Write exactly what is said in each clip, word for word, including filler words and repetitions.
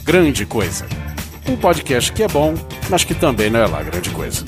Grande Coisa. Um podcast que é bom, mas que também não é lá grande coisa.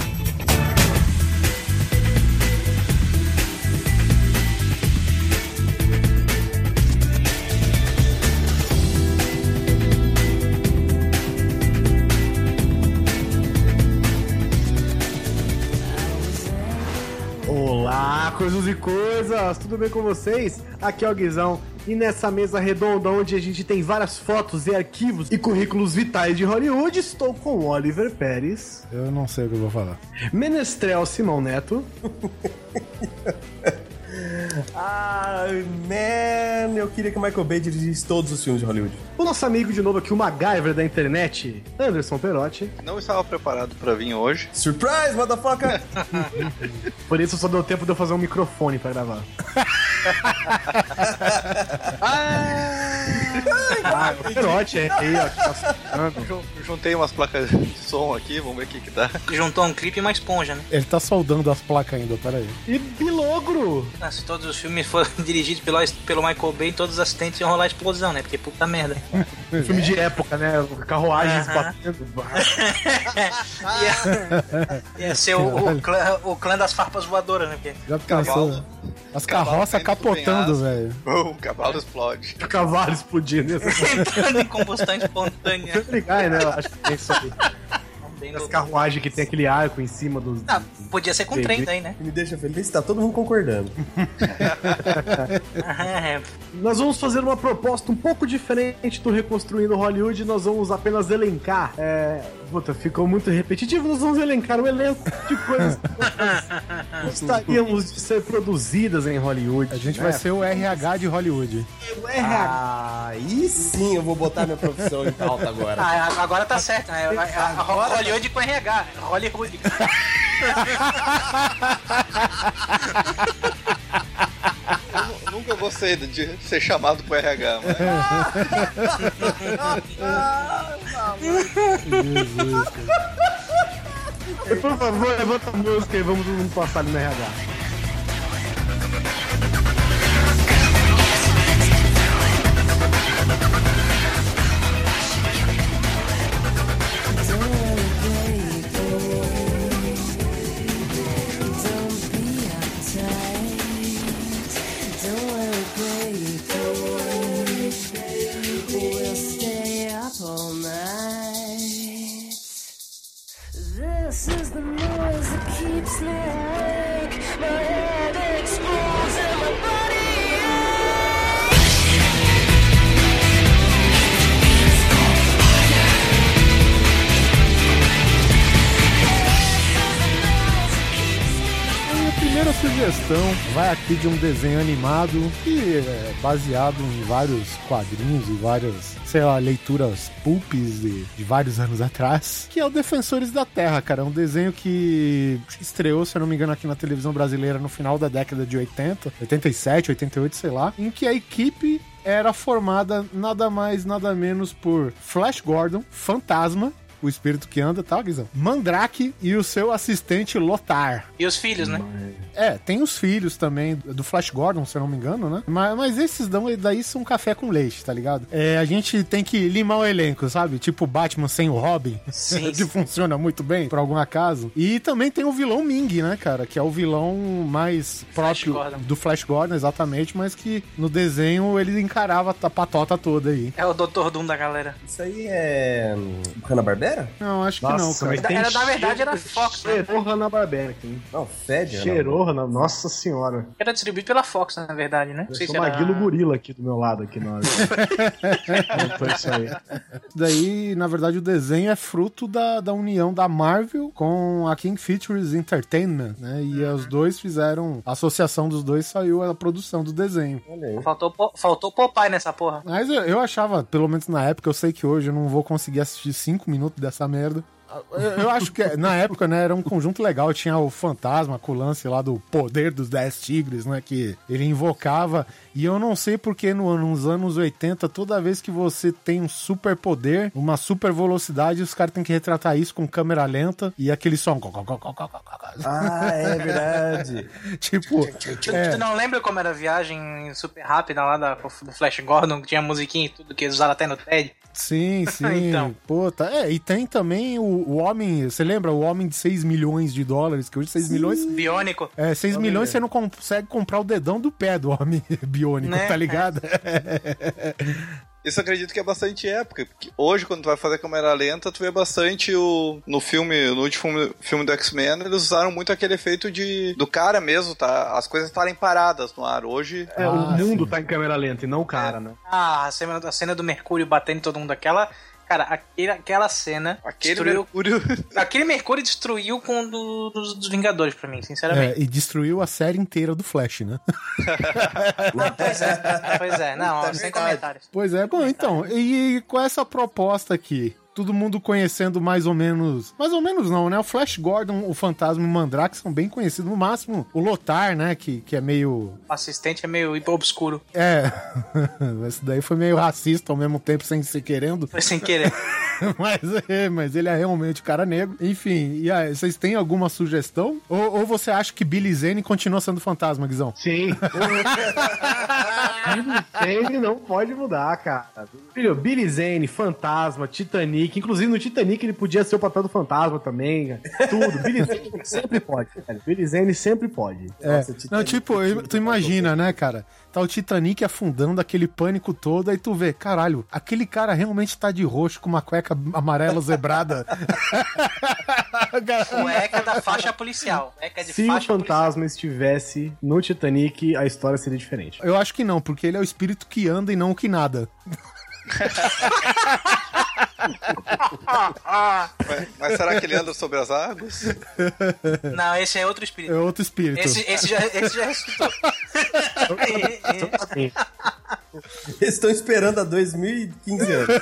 Olá, coisas e coisas, tudo bem com vocês? Aqui é o Guizão e nessa mesa redonda onde a gente tem várias fotos e arquivos e currículos vitais de Hollywood, estou com o Oliver Pérez. Eu não sei o que eu vou falar. Menestrel Simão Neto. Ai, man, eu queria que o Michael Bay dirigisse todos os filmes de Hollywood. O nosso amigo de novo aqui, o MacGyver da internet, Anderson Perotti. Não estava preparado pra vir hoje. Surprise, motherfucker! Por isso só deu tempo de eu fazer um microfone pra gravar. Ah, o Perotti é aí, ó, que tá soltando. Juntei umas placas de som aqui, vamos ver o que que dá. Juntou um clipe e uma esponja, né? Ele tá soldando as placas ainda, peraí. E bilogro! Ah, se todos os filmes forem dirigidos pelo, pelo Michael Bay, todos os assistentes iam rolar explosão, né? Porque puta merda. Filme de época, né? Carruagens Aham. batendo. ia, ia ser o, o, clã, o clã das farpas voadoras, né? Porque Já pensou? As carroças capotando, velho. O cavalo explode. O cavalo explodindo. entrando em combustão espontânea. Ligar, né? Eu acho que tem isso aí. As carruagens que tem aquele arco em cima dos... Ah, podia ser com trem daí, né? Me deixa feliz, tá todo mundo concordando. Nós vamos fazer uma proposta um pouco diferente do Reconstruindo Hollywood. Nós vamos apenas elencar. É... Puta, ficou muito repetitivo. Nós vamos elencar um elenco de coisas que gostaríamos de ser produzidas em Hollywood. A gente né? vai ser o R H de Hollywood. O R H. Ah, aí sim eu vou botar minha profissão em pauta agora. Ah, agora tá certo, né? A, a, a Hollywood com R H. Hollywood. Eu nunca gostei de ser chamado pro R H, mas... Jesus, cara. Por favor, levanta a música e vamos, vamos passar ali no R H. This is the noise that keeps me awake. My head explodes and my body A primeira sugestão vai aqui de um desenho animado que é baseado em vários quadrinhos e várias, sei lá, leituras pulpes de, de vários anos atrás, que é o Defensores da Terra, cara. É um desenho que estreou, se eu não me engano, aqui na televisão brasileira no final da década de oitenta, oitenta e sete, oitenta e oito, sei lá, em que a equipe era formada nada mais, nada menos por Flash Gordon, Fantasma, o espírito que anda, tá, Guizão? Mandrake e o seu assistente Lothar. E os filhos, né? É, tem os filhos também do Flash Gordon, se eu não me engano, né? Mas, mas esses dão, daí são café com leite, tá ligado? É, a gente tem que limar o elenco, sabe? Tipo Batman sem o Robin, Sim, que sim. funciona muito bem, por algum acaso. E também tem o vilão Ming, né, cara? Que é o vilão mais Flash próprio Gordon. do Flash Gordon, exatamente, mas que no desenho ele encarava a patota toda aí. É o doutor Doom da galera. Isso aí é... Hanna-Barbera? Não, acho que Nossa, não, cara. mas tem Era, na verdade, cheiro- era Fox, né? Cheirou Hanna-Barbera aqui, hein? Não, fede. Cheirou Hanna... Nossa senhora. Era distribuído pela Fox, na verdade, né? Não Eu sei sou se uma era... Maguilo Gorila aqui do meu lado, aqui na hora. Não foi isso aí. Daí, na verdade, o desenho é fruto da, da união da Marvel com a King Features Entertainment, né? E os dois fizeram, a associação dos dois saiu a produção do desenho. Olha aí. Faltou, po- faltou Popeye nessa porra. Mas eu, eu achava, pelo menos na época, eu sei que hoje eu não vou conseguir assistir cinco minutos dessa merda. Eu, eu acho que na época, né, era um conjunto legal. Tinha o Fantasma com o lance lá do poder dos dez tigres, né, que ele invocava. E eu não sei porque no, nos anos oitenta, toda vez que você tem um super poder, uma super velocidade, os caras têm que retratar isso com câmera lenta e aquele som. Ah, é verdade. Tipo, Tu, é, tu não lembra como era a viagem super rápida lá da, do Flash Gordon, que tinha musiquinha e tudo, que eles usaram até no T E D? sim, sim. Então. Pô, tá. É, e tem também o, o homem, você lembra? O homem de seis milhões de dólares, que hoje seis milhões... Biônico. É, seis milhões você não consegue comprar o dedão do pé do homem biônico, Né? tá ligado? Isso eu acredito que é bastante época, porque hoje, quando tu vai fazer câmera lenta, tu vê bastante o... No filme, no último filme, filme do X-Men, eles usaram muito aquele efeito de... do cara mesmo, tá? As coisas estarem paradas no ar. Hoje... É, Ah, o mundo sim. tá em câmera lenta e não o cara, né? Ah, a cena, a cena do Mercúrio batendo em todo mundo, aquela... Cara, aquele, aquela cena Aquele destruiu... Mercúrio... Aquele Mercúrio destruiu com o do, dos, dos Vingadores pra mim, sinceramente. É, e destruiu a série inteira do Flash, né? Pois é, pois é. Não, É sem verdade. comentários. Pois é, bom, então, e com essa proposta aqui, todo mundo conhecendo mais ou menos, mais ou menos não, né? O Flash Gordon, o Fantasma e o Mandrake são bem conhecidos, no máximo o Lothar, né? Que, que é meio... O assistente é meio obscuro. É, esse daí foi meio racista ao mesmo tempo, sem ser querendo. Foi sem querer. mas, é, mas ele é realmente um cara negro. Enfim, e aí, vocês têm alguma sugestão? Ou, ou você acha que Billy Zane continua sendo fantasma, Guizão? Sim. Billy Zane não pode mudar, cara. Filho, Billy Zane, Fantasma, Titanic. Inclusive no Titanic ele podia ser o papel do fantasma também, cara. Tudo. Billy Zane sempre pode, cara. Billy Zane sempre pode. É. Nossa, Não, Titanic, tipo, Titanic, tu imagina, né, cara? Tá o Titanic afundando, aquele pânico todo, aí tu vê, caralho, aquele cara realmente tá de roxo com uma cueca amarela zebrada. Cueca da faixa policial. Cueca de Se o faixa fantasma estivesse no Titanic, a história seria diferente. Eu acho que não, porque ele é o espírito que anda e não o que nada. Mas, mas será que ele anda sobre as águas? policial. Não, esse é outro espírito. É outro espírito. Esse, esse já, esse já ressuscitou. Eles estão esperando há dois mil e quinze anos.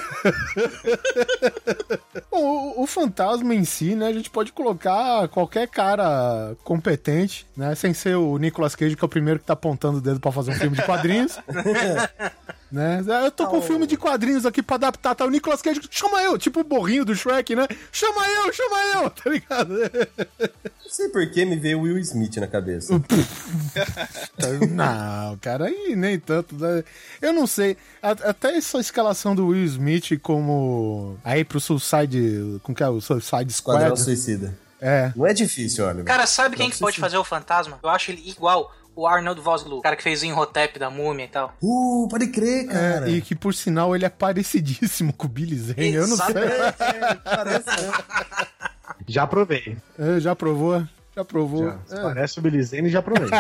Bom, o, o fantasma em si, né, a gente pode colocar qualquer cara competente, né, sem ser o Nicolas Cage, que é o primeiro que tá apontando o dedo pra fazer um filme de quadrinhos. Né? Eu tô com um filme de quadrinhos aqui pra adaptar, tá o Nicolas Cage, chama eu, tipo o borrinho do Shrek, né? Chama eu, chama eu, tá ligado? Não sei por que me veio Will Smith na cabeça. Não, cara, aí nem tanto, né? Eu não sei, a- até essa escalação do Will Smith como aí pro Suicide, como que é o Suicide Esquadrão Squad? Suicida. É. Não é difícil, olha. Cara, sabe quem Não que pode precisa- fazer o fantasma? Eu acho ele igual o Arnold Vosloo, o cara que fez o Imhotep da múmia e tal. Uh, pode crer, cara. É, e que por sinal ele é parecidíssimo com o Billy Zane, eu não sei. É, parece. Já provei. É, já provou? Já provou? Já. Se É. parece o Billy Zane, já provei.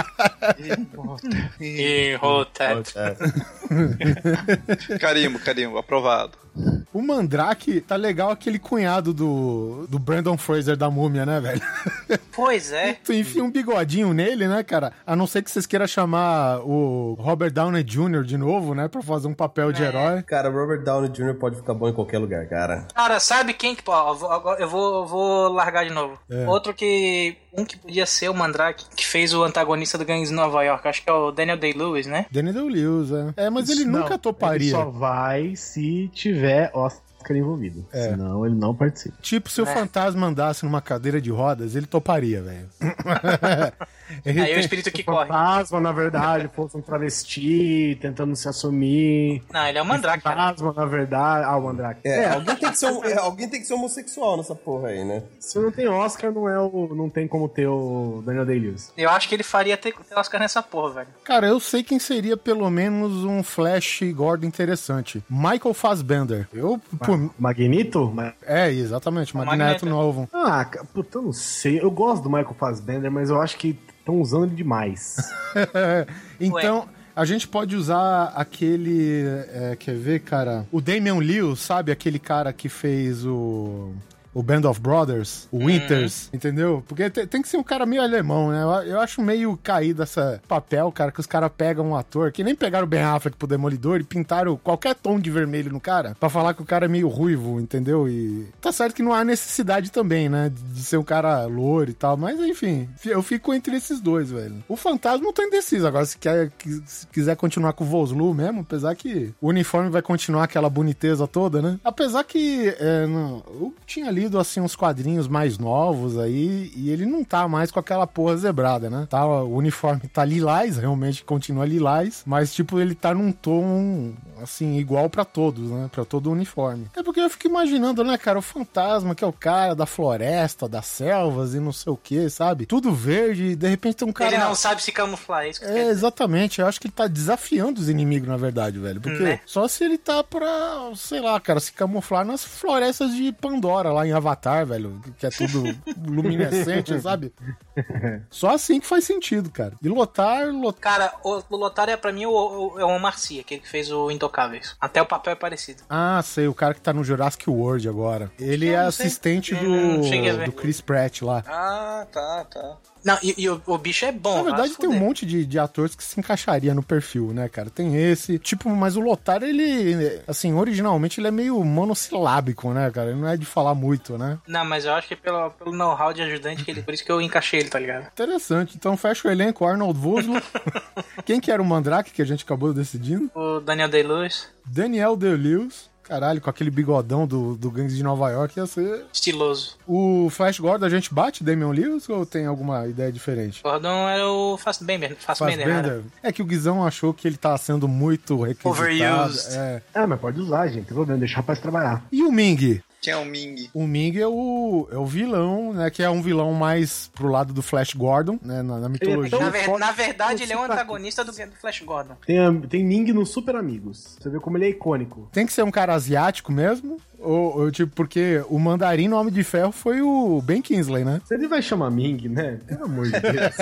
Imhotep. Carimbo, carimbo, aprovado. O Mandrake tá legal aquele cunhado do, do Brandon Fraser da múmia, né, velho? Pois é. Tu enfia um bigodinho nele, né, cara? A não ser que vocês queiram chamar o Robert Downey Júnior de novo, né, pra fazer um papel de É. herói. Cara, Robert Downey Júnior pode ficar bom em qualquer lugar, cara. Cara, sabe quem que... Ó, eu vou- agora eu vou, eu vou largar de novo. É. Outro que... Um que podia ser o Mandrake, que fez o antagonista do Gangues de Nova York. Acho que é o Daniel Day-Lewis, né? Daniel Day-Lewis, é. É, mas ele Não, nunca toparia. Ele só vai se tiver Oscar envolvido. É. Senão ele não participa. Tipo, se o É. fantasma andasse numa cadeira de rodas, ele toparia, velho. Ele Aí é o tem- espírito que O corre. fantasma, na verdade, fosse um travesti tentando se assumir. Não, ele é o Mandrake, cara. Fantasma, na verdade. Ah, o Mandrake. É, alguém, tem que ser um- é, alguém tem que ser homossexual nessa porra aí, né? Se não tem Oscar, não, é o, não tem como ter o Daniel Day-Lewis. Eu acho que ele faria ter, ter Oscar nessa porra, velho. Cara, eu sei quem seria pelo menos um Flash Gordon interessante. Michael Fassbender. Eu, pô, Magneto? Ma- é, exatamente, Magneto Magneto. novo. Ah, ca- puta, eu não sei. Eu gosto do Michael Fassbender, mas eu acho que estão usando ele demais. Então, a gente pode usar aquele. é, quer ver, cara? O Damian Lewis, sabe? Aquele cara que fez o. O Band of Brothers, o Winters, entendeu? Porque te- tem que ser um cara meio alemão, né? Eu, eu acho meio caído esse papel, cara, que os caras pegam um ator, que nem pegaram o Ben Affleck pro Demolidor e pintaram qualquer tom de vermelho no cara, pra falar que o cara é meio ruivo, entendeu? E tá certo que não há necessidade também, né? De, de ser um cara louro e tal, mas enfim, eu fico entre esses dois, velho. O Fantasma eu tô indeciso, agora se, quer, que- se quiser continuar com o Vosloo mesmo, apesar que o uniforme vai continuar aquela boniteza toda, né? Apesar que, é, não, eu tinha ali lido, assim, uns quadrinhos mais novos aí, e ele não tá mais com aquela porra zebrada, né? Tá, o uniforme tá lilás, realmente continua lilás, mas, tipo, ele tá num tom, assim, igual pra todos, né? Pra todo o uniforme. É porque eu fico imaginando, né, cara, o fantasma, que é o cara da floresta, das selvas e não sei o que, sabe? Tudo verde, e de repente tem um cara... Ele não sabe se camuflar, é isso que É, exatamente. Eu acho que ele tá desafiando os inimigos, na verdade, velho. Porque Né? só se ele tá pra, sei lá, cara, se camuflar nas florestas de Pandora, lá em Avatar, velho. Que é tudo luminescente, sabe? Só assim que faz sentido, cara. E Lotar, Lotar... Cara, o, o Lothar é pra mim o, o, é o Omar Sy, aquele que fez o Intocáveis. Até o papel é parecido. Ah, sei, o cara que tá no Jurassic World agora. Ele Eu é não sei. assistente Hum, cheguei a do, ver. do Chris Pratt lá. Ah, tá, tá. Não, e, e o, o bicho é bom. Na vai verdade, se tem um fuder. monte de, de atores que se encaixaria no perfil, né, cara? Tem esse. Tipo, mas o Lotar, ele, assim, originalmente ele é meio monossilábico, né, cara? Ele não é de falar muito, né? Não, mas eu acho que é pelo, pelo know-how de ajudante que ele... Por isso que eu encaixei ele, tá ligado? Interessante. Então fecha o elenco, Arnold Vosloo. Quem que era o Mandrake que a gente acabou decidindo? O Daniel Day-Lewis, Daniel Day-Lewis. Caralho, com aquele bigodão do, do Gangs de Nova York ia ser... estiloso. O Flash Gordon, a gente bate Damian Lewis ou tem alguma ideia diferente? Gordon era o Fassbender, Fassbender, né? Fassbender? É que o Guizão achou que ele tá sendo muito requisitado. Overused. É. É, mas pode usar, gente. Não tem problema, deixar o rapaz trabalhar. E o Ming? Quem é o Ming? O Ming é o, é o vilão, né? Que é um vilão mais pro lado do Flash Gordon, né? Na, na mitologia. tão Na, ver- forte na verdade, ele é um que- antagonista do, do Flash Gordon. Tem, a- tem Ming no Super Amigos. Você vê como ele é icônico. Tem que ser um cara asiático mesmo? Ou, ou, tipo, porque o Mandarim no Homem de Ferro foi o Ben Kingsley, né? Se ele vai chamar Ming, né? Pelo amor de Deus.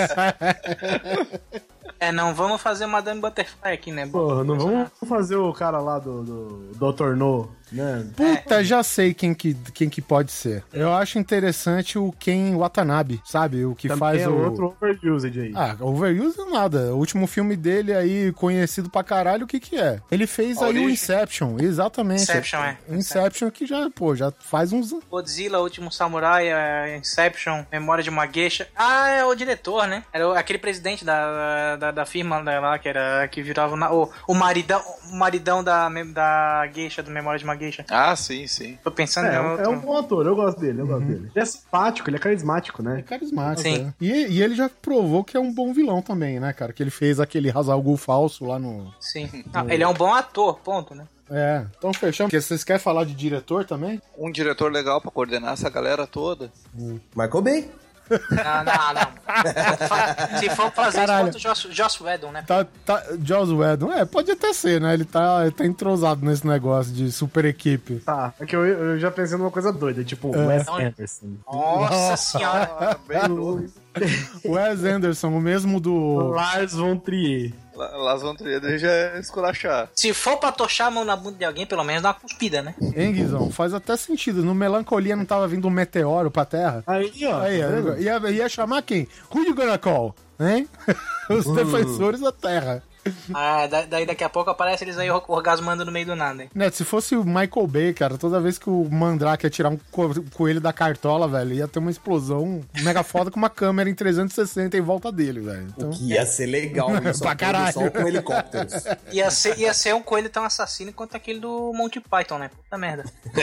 É, não vamos fazer Madame Butterfly aqui, né? Porra, não vamos fazer o cara lá do, do doutor No, né? Puta, já sei quem que, quem que pode ser. Eu acho interessante o Ken Watanabe, sabe? O que Também faz é o... outro overused aí. Ah, Overuse nada. O último filme dele aí, conhecido pra caralho, o que que é? Ele fez A aí o Origem. Inception, exatamente. Inception, é. Inception que já, pô, já faz uns... Godzilla, Último Samurai, é, Inception, Memória de uma Geisha. Ah, é o diretor, né? Era o- aquele presidente da, da, da firma lá, que era que virava na- o, o maridão, o maridão da, me- da Geisha, do Memória de uma Geisha. Ah, sim, sim. Tô pensando É, em é um- outro. é um bom ator, eu gosto dele, eu gosto dele. Ele é simpático, ele é carismático, É né? carismático, Sim. né? E, e ele já provou que é um bom vilão também, né, cara? Que ele fez aquele Hazal Ghul falso lá no... Sim. Não, ele é um bom ator, ponto, né? É, então fechamos. Porque vocês querem falar de diretor também? Um diretor legal pra coordenar essa galera toda. Michael Bay. Não, não, não. Se for fazer Caralho. isso, bota o Joss, Joss Whedon, né? Tá, tá, Joss Whedon, é, pode até ser, né? Ele tá, ele tá entrosado nesse negócio de super equipe. Tá, é que eu, eu já pensei numa coisa doida, tipo Wes Anderson. Nossa senhora. Ah, bem louco. Wes Anderson, o mesmo do... Lars von Trier. La- Las Von Trier já é esculachar. Se for pra tochar a mão na bunda de alguém, pelo menos dá uma cuspida, né? Hein, Guizão? Faz até sentido. No Melancolia não tava vindo um meteoro pra Terra? Aí, ó. Aí, tá vendo? ia, ia chamar quem? Who you gonna call? Hein? Os defensores da Terra. Ah, da- daí daqui a pouco aparece eles aí orgasmando no meio do nada, hein? Né, se fosse o Michael Bay, cara, toda vez que o Mandrake ia tirar um co- coelho da cartola, velho, ia ter uma explosão mega foda com uma câmera em trezentos e sessenta em volta dele, velho. Então, Que ia ser legal isso. Pra a caralho. produção com helicópteros. Ia ser, ia ser um coelho tão assassino quanto aquele do Monty Python, né? Puta merda.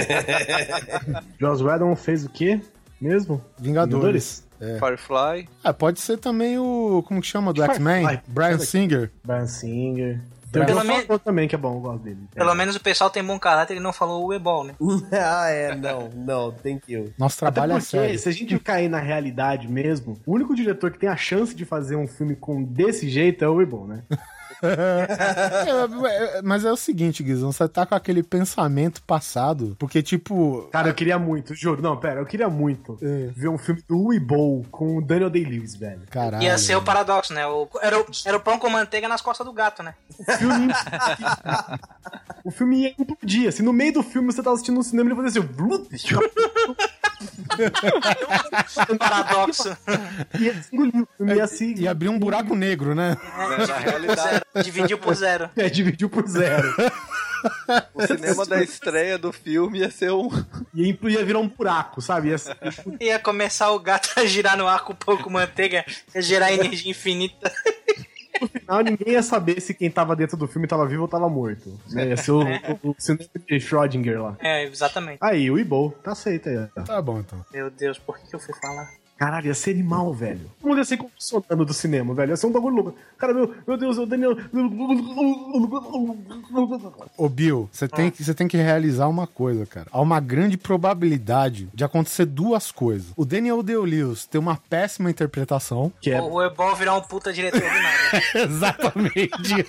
Joss Whedon fez o quê mesmo? Vingadores. É. Firefly. Ah, pode ser também o. Como que chama? Do Vai, X-Men? vai. Brian Singer. Brian Singer. Tem Pelo o John men- Favreau também, que é bom, eu gosto dele. Pelo menos o pessoal tem bom caráter e não falou o ebol, né? ah, é, não, não, thank you. Nosso Até trabalho é porque, sério. se a gente cair na realidade mesmo, o único diretor que tem a chance de fazer um filme com desse jeito é o Weibon, né? É, é, mas é o seguinte, Guizão, você tá com aquele pensamento passado, porque, tipo. Cara, eu queria muito, juro. Não, pera, eu queria muito É. ver um filme do Weibon com o Daniel Day-Lewis, velho. Caralho. Ia ser o paradoxo, né? O, era, o, era o pão com manteiga nas costas do gato, né? O filme, o filme ia implodir. Se no meio do filme você tá assistindo no cinema, ele fazia assim... blup, Paradoxo. ia se engolir. O filme ia se... E abrir um buraco negro, né? Na realidade, Zero. Dividiu por zero. É, dividiu por zero. o cinema da estreia do filme ia ser um. Ia, ia virar um buraco, sabe? Ia ser... Ia começar o gato a girar no ar com pão com manteiga, ia gerar energia infinita. No final, ninguém ia saber se quem tava dentro do filme tava vivo ou tava morto. Né? Ia ser o, o, o cinema de Schrödinger lá. É, exatamente. Aí, o Ibo, tá aceito aí. ó. Tá bom, então. Meu Deus, por que que eu fui falar? Caralho, ia ser animal, velho. Todo mundo ia ser condicionando do cinema, velho. Ia ser um bagulho louco. Cara, meu, meu Deus, o Daniel... Ô, Bill, você tem, que- você tem que realizar uma coisa, cara. Há uma grande probabilidade de acontecer duas coisas. O Daniel Day-Lewis ter uma péssima interpretação. Que é... O, o Ebol virar um puta diretor do nada. Exatamente.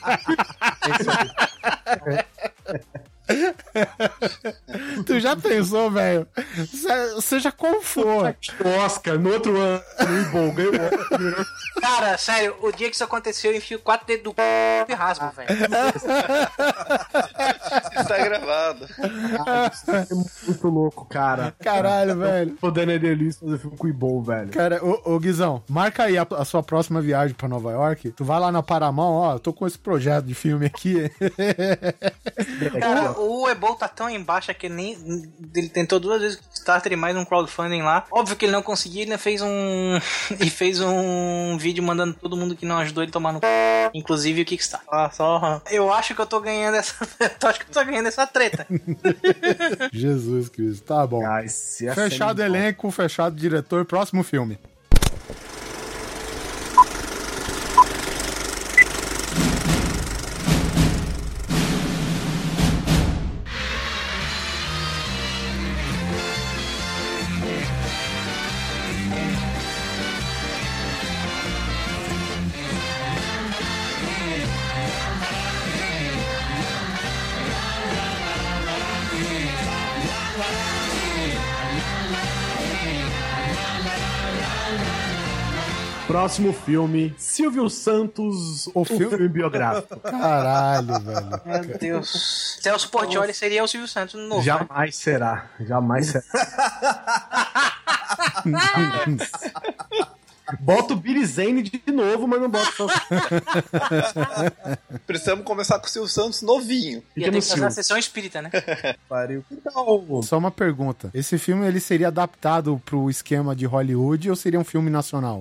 Tu já pensou, velho? Se- Seja qual for. Oscar, no outro ano, o Ibo ganhou o Oscar. Cara, sério, o dia que isso aconteceu, eu enfio quatro dedos do c... e rasgo, velho. Está gravado. É muito louco, cara. Caralho, velho. O Daniel Day-Lewis fazer filme com o Ibo, velho. Cara, ô, ô Guizão, marca aí a, a sua próxima viagem pra Nova York. Tu vai lá na Paramount, ó, eu tô com esse projeto de filme aqui. Cara, o Ebol tá tão embaixo que nem. Ele tentou duas vezes o Starter e mais um crowdfunding lá. Óbvio que ele não conseguiu, ele fez um. e fez um vídeo mandando todo mundo que não ajudou ele tomar no c... Inclusive o Kickstarter. Ah, só. Eu acho que eu tô ganhando essa. eu acho que eu tô ganhando essa treta. Jesus Cristo, tá bom. Ah, esse ia Fechado ser animal. elenco, fechado diretor, próximo filme. Próximo filme, Silvio Santos, O o filme- filme, biográfico. Caralho, velho. Meu Deus. Celso Portiolli seria o Silvio Santos no novo. né? Jamais será. Jamais será. Bota o Billy Zane de novo, mas não bota só. Precisamos começar com o Silvio Santos novinho. Ia Fica ter no que fazer a Silvio. sessão espírita, né? Pariu. Então, Só uma pergunta. Esse filme, ele seria adaptado pro esquema de Hollywood ou seria um filme nacional?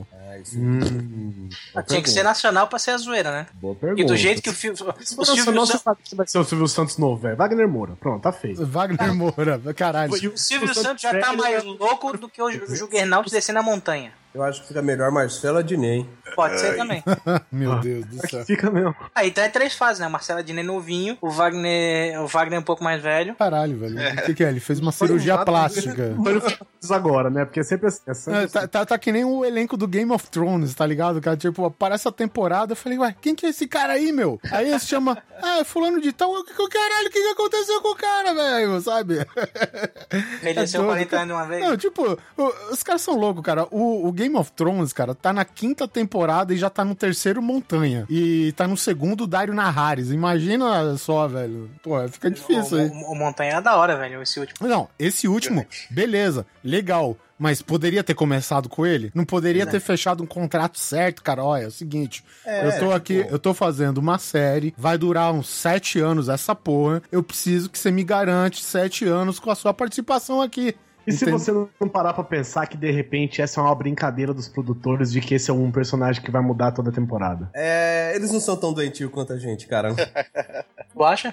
Hum, Tinha que ser nacional pra ser a zoeira, né? boa pergunta. E do jeito que o filme. O Se for nacional, Silvio, você San... sabe que vai ser o Silvio Santos novo, velho. Wagner Moura. Pronto, tá feito. Wagner Moura, caralho. E o Silvio Santos já tá mais louco do que o Ju- Juggernaut descendo a montanha. eu acho que fica melhor Marcela Diné. Pode ser também. Meu Deus do céu. Fica mesmo. Aí então é três fases, né? O Marcelo Adnet novinho, o Wagner, o Wagner um pouco mais velho. Caralho, velho. O que, que é? Ele fez uma cirurgia plástica. Olha os agora, né? Porque é sempre assim. É sempre É, assim. tá, tá, tá que nem o elenco do Game of Thrones, tá ligado? Cara, tipo, aparece a temporada, eu falei, ué, quem que é esse cara aí, meu? Aí ele se chama, ah, é fulano de tal, que- que- caralho, o que, que aconteceu com o cara, velho? Sabe? Envelheceu É doido, quarenta anos de uma vez. Não, tipo, o- os caras são loucos, cara. O, o Game of Thrones, cara, tá na quinta temporada e já tá no terceiro Montanha. E tá no segundo Dario Naharis. Imagina só, velho. Pô, fica difícil aí. O, o, o Montanha é da hora, velho, esse último. Não, esse último, beleza, legal. Mas poderia ter começado com ele? Não poderia ter fechado um contrato certo, cara? Olha, é o seguinte, eu tô aqui, eu tô fazendo uma série, vai durar uns sete anos essa porra, eu preciso que você me garante sete anos com a sua participação aqui. E se Entende? você não parar pra pensar que de repente essa é uma brincadeira dos produtores de que esse é um personagem que vai mudar toda a temporada? É, eles não são tão doentios quanto a gente, cara. Tu acha?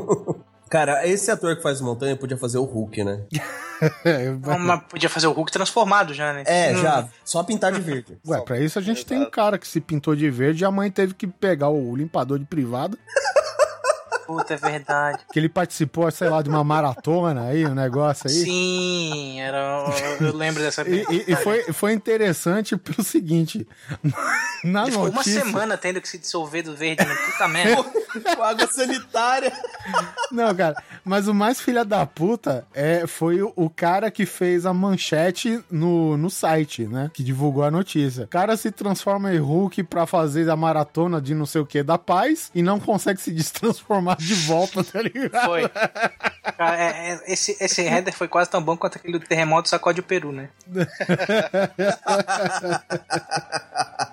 Cara, esse ator que faz Montanha podia fazer o Hulk, né? É, Não, mas podia fazer o Hulk transformado já, né? É, Hum. já. Só pintar de verde. Ué, pra isso a gente tem um cara que se pintou de verde e a mãe teve que pegar o limpador de privado, Puta, é verdade. que ele participou, sei lá, de uma maratona aí, um negócio aí. Sim, era, eu lembro dessa E, e- e foi, foi interessante pelo seguinte, na Ele ficou uma notícia... semana tendo que se dissolver do verde, né? Puta merda. Com água sanitária. Não, cara, mas o mais filha da puta é, foi o, o cara que fez a manchete no, no site, né? Que divulgou a notícia. O cara se transforma em Hulk pra fazer a maratona de não sei o que da paz e não consegue se destransformar de volta, tá ligado? Foi. Cara, é- é- esse, esse header foi quase tão bom quanto aquele do terremoto sacode o Peru, né?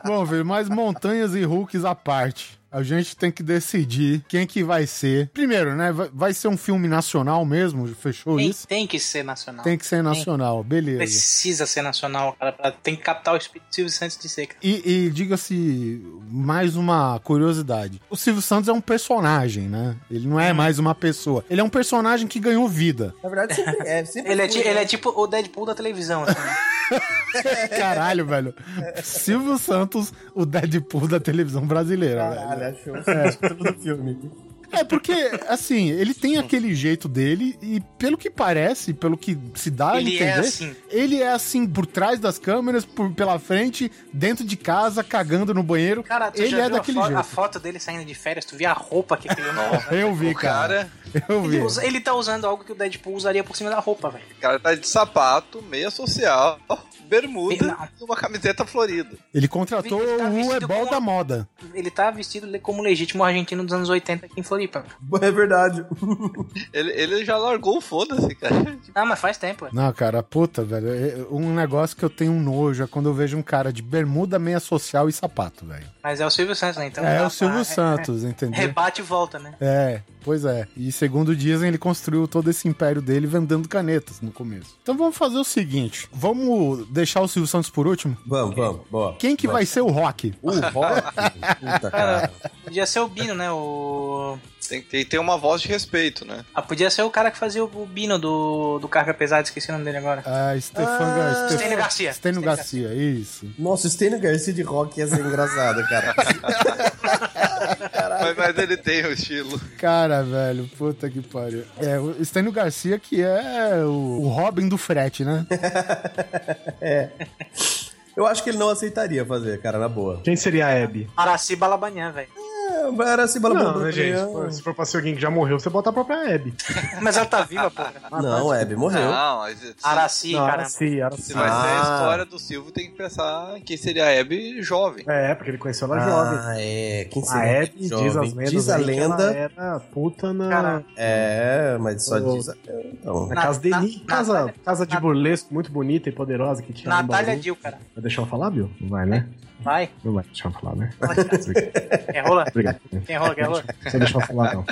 Bom, velho, mas montanhas e Hulks à parte. A gente tem que decidir quem que vai ser. Primeiro, né? Vai, vai ser um filme nacional mesmo? Fechou Tem, isso? tem que ser nacional. Tem que ser nacional, beleza. Precisa ser nacional, cara. Pra, tem que captar o espírito do Silvio Santos de seca. E, e diga-se mais uma curiosidade. O Silvio Santos é um personagem, né? Ele não é mais uma pessoa. Ele é um personagem que ganhou vida. Na verdade, sempre é. Sempre Ele é, foi, ti- ele né? é tipo o Deadpool da televisão, assim. né? Caralho, velho. Silvio Santos, o Deadpool da televisão brasileira, velho. Caralho, achou o título do filme. É porque, assim, ele tem aquele jeito dele e pelo que parece, pelo que se dá a Ele entender, é assim. ele é assim por trás das câmeras, por, pela frente, dentro de casa, cagando no banheiro. Cara, tu ele já é viu a, daquele fo- jeito. a foto dele saindo de férias? Tu viu a roupa que aquele homem usa? Eu vi, O cara. cara, Eu vi. Ele, usa- ele tá usando algo que o Deadpool usaria por cima da roupa, velho. o cara tá de sapato, meia social, bermuda Não. e uma camiseta florida. Ele contratou Ele tá o vestido ebol como- da moda. Ele tá vestido como legítimo argentino dos anos oitenta aqui em Floripa. É verdade. Ele, ele já largou o foda-se, cara. Ah, mas faz tempo, velho. Não, cara, puta, velho. é Um negócio que eu tenho um nojo é quando eu vejo um cara de bermuda, meia social e sapato, velho. Mas é o Silvio Santos, né? Então É dá o Silvio pra- Santos, entendeu? Rebate e volta, né? É, pois é. E segundo dizem, ele construiu todo esse império dele vendendo canetas no começo. Então vamos fazer o seguinte: vamos deixar o Silvio Santos por último? Vamos, vamos, boa. Quem que vai ser o Rock? O Rock? Puta, cara. Podia ser o Bino, né? O... Tem que ter, ter uma voz de respeito, né? Ah, podia ser o cara que fazia o Bino do, do Carga Pesada, esqueci o nome dele agora. Ah, Stefan Ah, Gar- Stef- Stênio Garcia. Stênio Stênio Garcia, isso. Nossa, o Stênio Garcia de rock ia ser engraçado, cara. Mas, mas ele tem o estilo. Cara, velho, puta que pariu. É, o Stênio Garcia que é o, o Robin do frete, né? Eu acho que ele não aceitaria fazer, cara, na boa. Quem seria a Abby? Araci Balabanhan, velho. É, era assim, bala Não, né, gente? Se for- Se for pra ser alguém que já morreu, você bota a própria Abby. Mas ela tá viva, porra. Não, Abby morreu. Não, mas se, Araci, Não, cara. era sim, era se sim. vai ser Ah. a história do Silvio, tem que pensar quem seria a Abby jovem. É, porque ele conheceu ela jovem. Ah, é. Quem A seria? Abby, jovem? diz as lendas Diz a aí que ela lenda. era puta na, Cara, É, mas só Ô. diz a lenda. Então. na Na- casa de na- Ni, casa, Natália- casa de Nat- burlesco muito bonita e poderosa que tinha lá em Natália Bauru. Dill, cara. Vai deixar eu falar, Bill? Não vai, né? Vai. Não vai deixar eu falar, né? Quem rola? Obrigado. Quem rola, quem rola? Você deixa eu falar, não.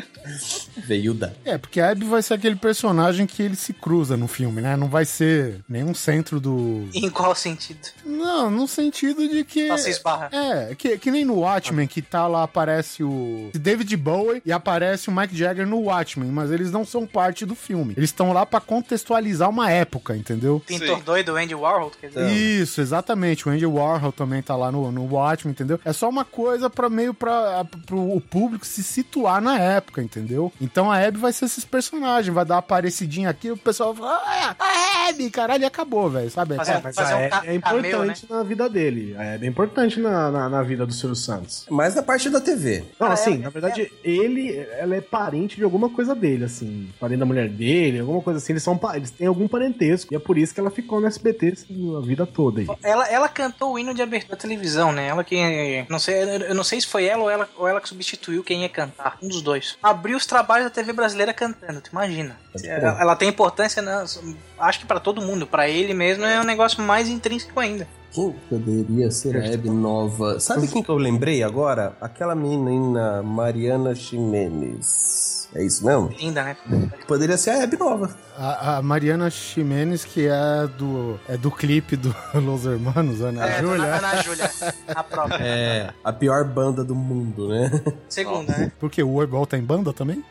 Veiuda. É, porque a Abby vai ser aquele personagem que ele se cruza no filme, né? Não vai ser nenhum centro do... Em qual sentido? Não, no sentido de que... Só se esbarra. É, que, que nem no Watchmen, que tá lá, aparece o David Bowie e aparece o Mick Jagger no Watchmen, mas eles não são parte do filme. Eles estão lá pra contextualizar uma época, entendeu? Pintor Sim. doido, Andy Warhol, quer dizer. Isso, exatamente. O Andy Warhol também tá lá no, no Watchmen, entendeu? É só uma coisa pra meio pra, pro o público se situar na época, entendeu? Então a Abby vai ser esses personagens, vai dar uma aparecidinha aqui, o pessoal vai falar, ah, a Abby, caralho, e acabou, velho, sabe? Fazer É, um- Mas Fazer a um Abby ca- é importante na vida dele. A Abby é importante na, na, na vida do Silvio Santos. Mais na parte da T V. Não, Ah, assim, é- na verdade, ele, ela é parente de alguma coisa dele, assim. Parente da mulher dele, alguma coisa assim. Eles, são, pa- eles têm algum parentesco. E é por isso que ela ficou no S B T assim, a vida toda aí. Ela, ela cantou o hino de abertura da televisão, né? Ela que. Não sei, eu não sei se foi ela ou ela, ou ela que substituiu quem ia cantar. Um dos dois. Abriu os trabalhos da T V brasileira cantando, tu imagina. Ela, ela tem importância, na, acho que pra todo mundo. Pra ele mesmo é um negócio mais intrínseco ainda. Quem poderia ser a Abby nova? Sabe quem que eu lembrei agora? Aquela menina Mariana Ximenes. É isso mesmo? Linda, né? Poderia ser a Abby nova. A, a Mariana Ximenes, que é do, é do clipe do Los Hermanos, Ana É, Júlia. Ana, Ana Júlia, a própria. É, a pior banda do mundo, né? Segunda, né? Porque o Ebol tá em banda também?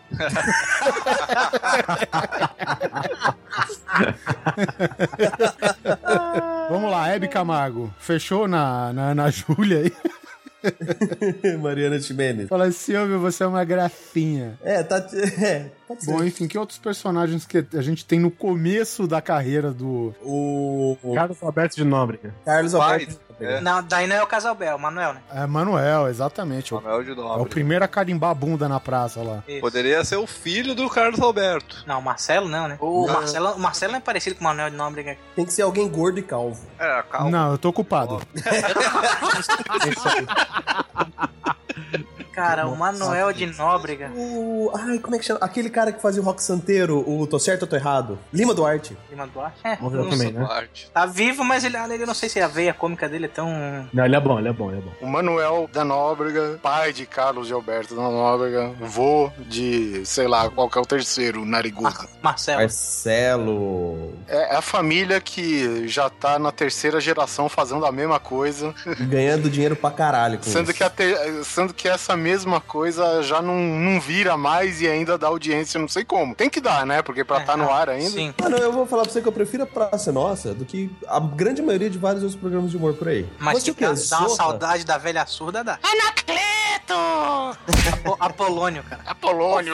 Vamos lá, Hebe Camargo. Fechou na, na Ana Júlia aí? Mariana Ximenes. Fala, Silvio, você é uma gracinha. É, tá. É, pode ser. Bom, enfim, que outros personagens que a gente tem no começo da carreira do... O, o Carlos Alberto de Nóbrega. Carlos Pai, Alberto. é. Não, daí não é o Casalbel, o Manuel, né? É, Manuel, exatamente. É o, Manuel de é o Nobre. primeiro a carimbar a bunda na praça lá. Isso. Poderia ser o filho do Carlos Alberto. Não, o Marcelo não, né? O Não. Marcelo, o Marcelo não é parecido com o Manuel de Nóbrega. Tem que ser alguém gordo e calvo. É, calma. Não, eu tô ocupado. Cara, o Manuel de Nóbrega. O... Ai, como é que chama? Aquele cara que fazia o rock santeiro, o Tô Certo ou Tô Errado? Lima Duarte. Lima Duarte? É, Morreu também, né? tá vivo, mas ele, ele não sei se a veia cômica dele é tão... Não, ele é bom, ele é bom, ele é bom. O Manuel da Nóbrega, pai de Carlos de Alberto da Nóbrega, vô de, sei lá, qual que é o terceiro, narigudo. Mar Marcelo. Marcelo. É a família que já tá na terceira geração fazendo a mesma coisa. Ganhando dinheiro pra caralho com Sendo isso. que, a ter, sendo que essa mesma coisa já não, não vira mais e ainda dá audiência, não sei como. Tem que dar, né? Porque pra estar é, tá no ar ainda... Sim. Mano, eu vou falar pra você que eu prefiro a Praça Nossa do que a grande maioria de vários outros programas de humor por aí. Mas que dá, dá uma saudade da velha surda, dá. Anacleto! Apo, Apolônio, cara. Apolônio.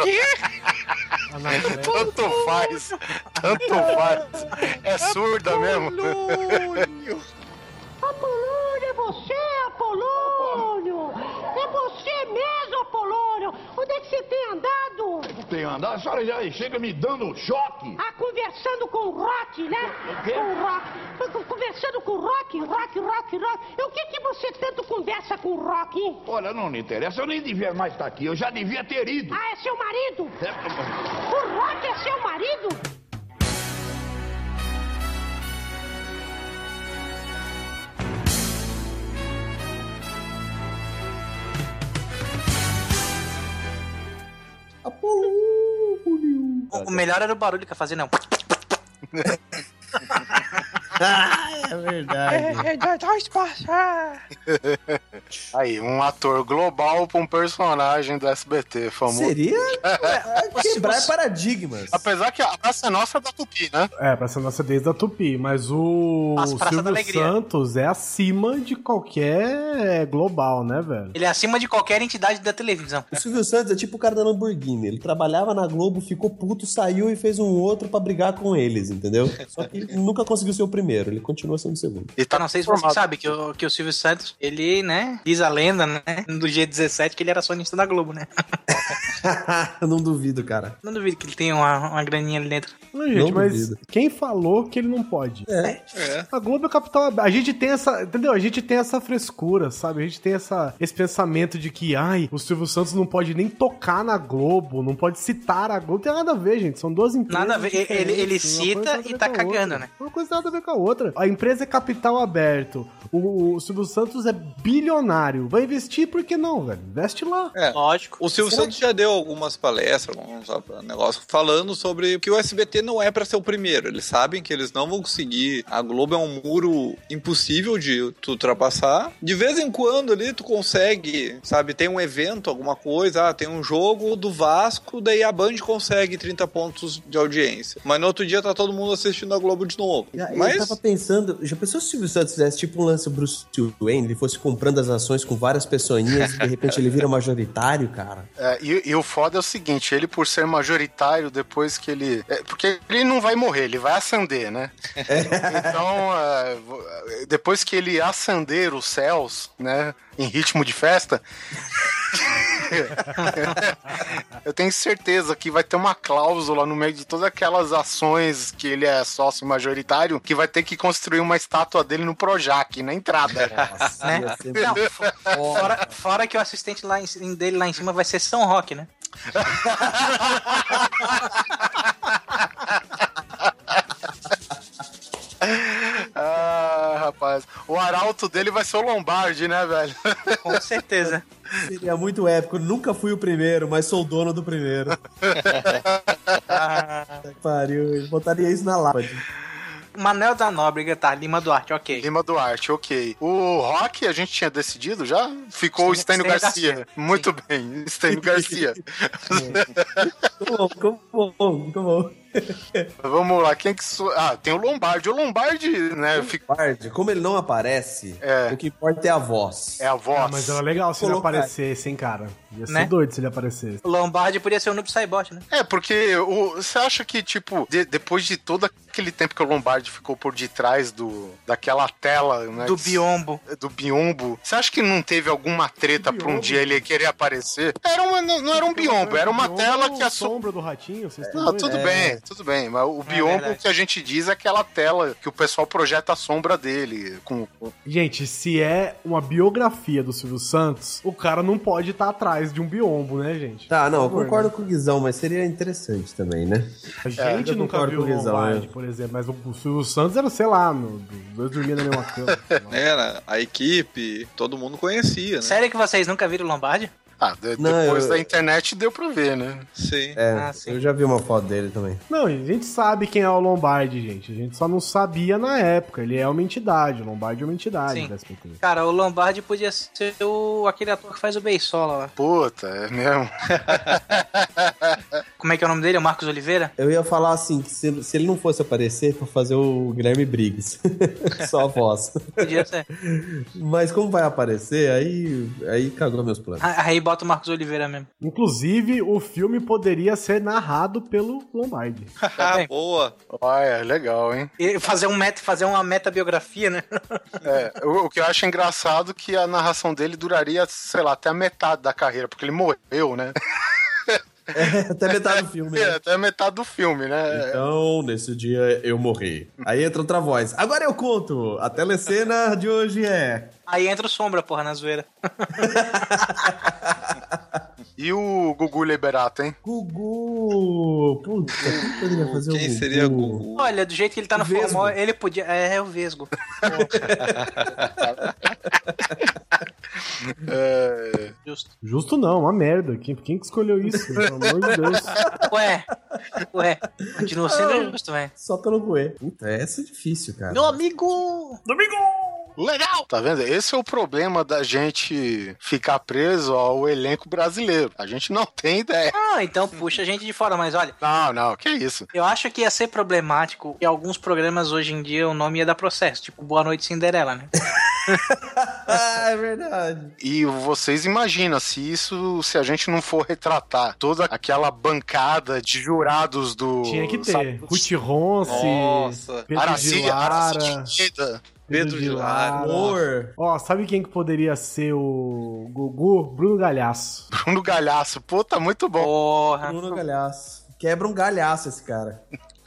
Tanto faz. Tanto faz. É surda mesmo. Apolônio! Apolônio, é você, Apolônio! É você mesmo, Apolônio! Onde é que você tem andado? Tenho andado? A senhora já chega me dando choque. Ah, conversando com o Rock, né? O quê? Com o Rock. Conversando com o Rock, Rock, Rock, Rock. E o que que você tanto conversa com o Rock, hein? Olha, não me interessa. Eu nem devia mais estar aqui. Eu já devia ter ido. Ah, é seu marido? É... O Rock é seu marido? Apolônio. O melhor era o barulho que ia fazer, não. É verdade. É, é, deixa passar. Aí, um ator global pra um personagem do S B T, famoso. Seria é, quebrar paradigmas. Apesar que a Praça é Nossa é da Tupi, né? É, Praça Nossa é desde a Tupi, mas o Silvio Santos é acima de qualquer global, né, velho? Ele é acima de qualquer entidade da televisão. O Silvio Santos é tipo o cara da Lamborghini. Ele trabalhava na Globo, ficou puto, saiu e fez um outro pra brigar com eles, entendeu? Só que nunca conseguiu ser o primeiro. Ele continua sendo o segundo. E tá, não sei se você sabe que o, que o Silvio Santos, ele, né, diz a lenda, né, do G dezessete que ele era sonista da Globo, né? Não duvido, cara. Não duvido que ele tenha uma, uma graninha ali dentro. Não, gente, não mas duvido. Quem falou que ele não pode? É. é. A Globo é capital. A gente tem essa, entendeu? A gente tem essa frescura, sabe? A gente tem essa, esse pensamento de que, ai, o Silvio Santos não pode nem tocar na Globo, não pode citar a Globo. Não tem nada a ver, gente. São duas empresas. Nada a ver. Ele, ele cita e tá cagando, outra. né? Uma coisa nada a ver com a outra. A empresa é capital aberto. O, o Silvio Santos é bilionário. Vai investir, por que não, velho? Investe lá. É, lógico. O Silvio Será Santos que... já deu algumas palestras, alguns negócios, falando sobre que o S B T não é pra ser o primeiro. Eles sabem que eles não vão conseguir. A Globo é um muro impossível de tu ultrapassar. De vez em quando ali tu consegue, sabe, tem um evento, alguma coisa, ah, tem um jogo do Vasco, daí a Band consegue trinta pontos de audiência. Mas no outro dia tá todo mundo assistindo a Globo de novo. Eu Mas... tava pensando, já pensou se o Silvio Santos fizesse tipo um lance Bruce Wayne, ele fosse comprando as ações com várias pessoinhas e de repente ele vira majoritário, cara? É, e, e o foda é o seguinte, ele por ser majoritário, depois que ele... É, porque ele não vai morrer, ele vai acender, né? É. Então, é, depois que ele acender os céus, né, em ritmo de festa... Eu tenho certeza que vai ter uma cláusula no meio de todas aquelas ações que ele é sócio majoritário, que vai ter que construir uma estátua dele no Projac, na entrada. Nossa, né? Não, fora, fora que o assistente lá em, dele lá em cima vai ser São Roque, né? Ah, rapaz. O arauto dele vai ser o Lombardi, né, velho? Com certeza. Seria muito épico. Nunca fui o primeiro, mas sou o dono do primeiro. Ah. Pariu, ele botaria isso na lápide. Manuel da Nóbrega, tá, Lima Duarte, ok. Lima Duarte, ok. O Rock, a gente tinha decidido já? Ficou o Stênio Garcia. Garcia. Muito Sim. bem, Stênio Garcia. Ficou bom, ficou bom. Vamos lá, quem que... So... Ah, tem o Lombardi. O Lombardi, né? Lombardi, como ele não aparece, é. o que importa é a voz. É a voz. Ah, mas era legal se Colocar. ele aparecesse, hein, cara. Ia ser né? doido se ele aparecesse. O Lombardi podia ser o Noob Saibot, né? É, porque o... você acha que, tipo, de... depois de todo aquele tempo que o Lombardi ficou por detrás do... daquela tela, né? Do biombo. Do biombo. Você acha que não teve alguma treta pra um dia ele querer aparecer? Era uma... Não era um biombo, era uma tela que a sua sombra do ratinho, vocês estão Não, tudo bem, tudo bem. Mas o biombo que a gente diz é aquela tela que o pessoal projeta a sombra dele. Com... Gente, se é uma biografia do Silvio Santos, o cara não pode estar atrás de um biombo, né, gente? Tá, não, eu concordo com o Guizão, mas seria interessante também, né? A gente É, eu nunca concordo viu o com o Guizão, Lombardi, né? por exemplo, mas o o Silvio Santos era, sei lá, no, dois dormiam na mesma cama. Era, a equipe, todo mundo conhecia, né? Sério que vocês nunca viram o Lombardi? Ah, de- Não, depois eu- da internet deu pra ver, né? Sim. É, Ah, sim. eu já vi uma foto dele também. Não, a gente sabe quem é o Lombardi, gente. A gente só não sabia na época. Ele é uma entidade, o Lombardi é uma entidade Sim. da S B T. Cara, o Lombardi podia ser o, aquele ator que faz o Beisola lá. Puta, é mesmo. Como é que é o nome dele? É o Marcos Oliveira? Eu ia falar assim, que se, se ele não fosse aparecer, pra fazer o Guilherme Briggs. Só a voz. Podia ser. Mas como vai aparecer, aí, aí cagou meus planos. Aí bota o Marcos Oliveira mesmo. Inclusive, o filme poderia ser narrado pelo Lombardi. Ah, boa. Olha, legal, hein? E fazer, um meta, fazer uma metabiografia, né? É, o, o que eu acho engraçado é que a narração dele duraria, sei lá, até a metade da carreira, porque ele morreu, né? É, até metade do filme. É, Né? até a metade do filme, né? Então, nesse dia eu morri. Aí entra outra voz. Agora eu conto. A telecena de hoje é... Aí entra o Sombra, porra, na zoeira. E o Gugu Liberato, hein? Gugu! Puta, quem poderia fazer Quem o Gugu? seria Gugu? Olha, do jeito que ele tá no Vesgo. formal, ele podia... É, é o Vesgo. É... Justo. Justo não, uma merda. Quem, quem que escolheu isso? Pelo amor de Deus. Ué, ué. Continua sendo justo, velho. Só pelo Guê. Puta, essa é difícil, cara. Meu amigo! Legal! Tá vendo? Esse é o problema da gente ficar preso ao elenco brasileiro. A gente não tem ideia. Ah, então puxa a gente de fora, mas olha... Não, não, que isso? Eu acho que ia ser problemático e alguns programas hoje em dia o nome ia dar processo, tipo Boa Noite Cinderela, né? Ah, é verdade. E vocês imaginam, se isso, se a gente não for retratar toda aquela bancada de jurados do... Tinha que ter. sabe, Ruth Ronce, Nossa. Pedro de Araci, Araci Lara... de Queda. Pedro de Lara. Amor. Ó, sabe quem que poderia ser o Gugu? Bruno Galhaço. Bruno Galhaço. Pô, tá muito bom. Porra. Bruno Galhaço. Quebra um galhaço esse cara.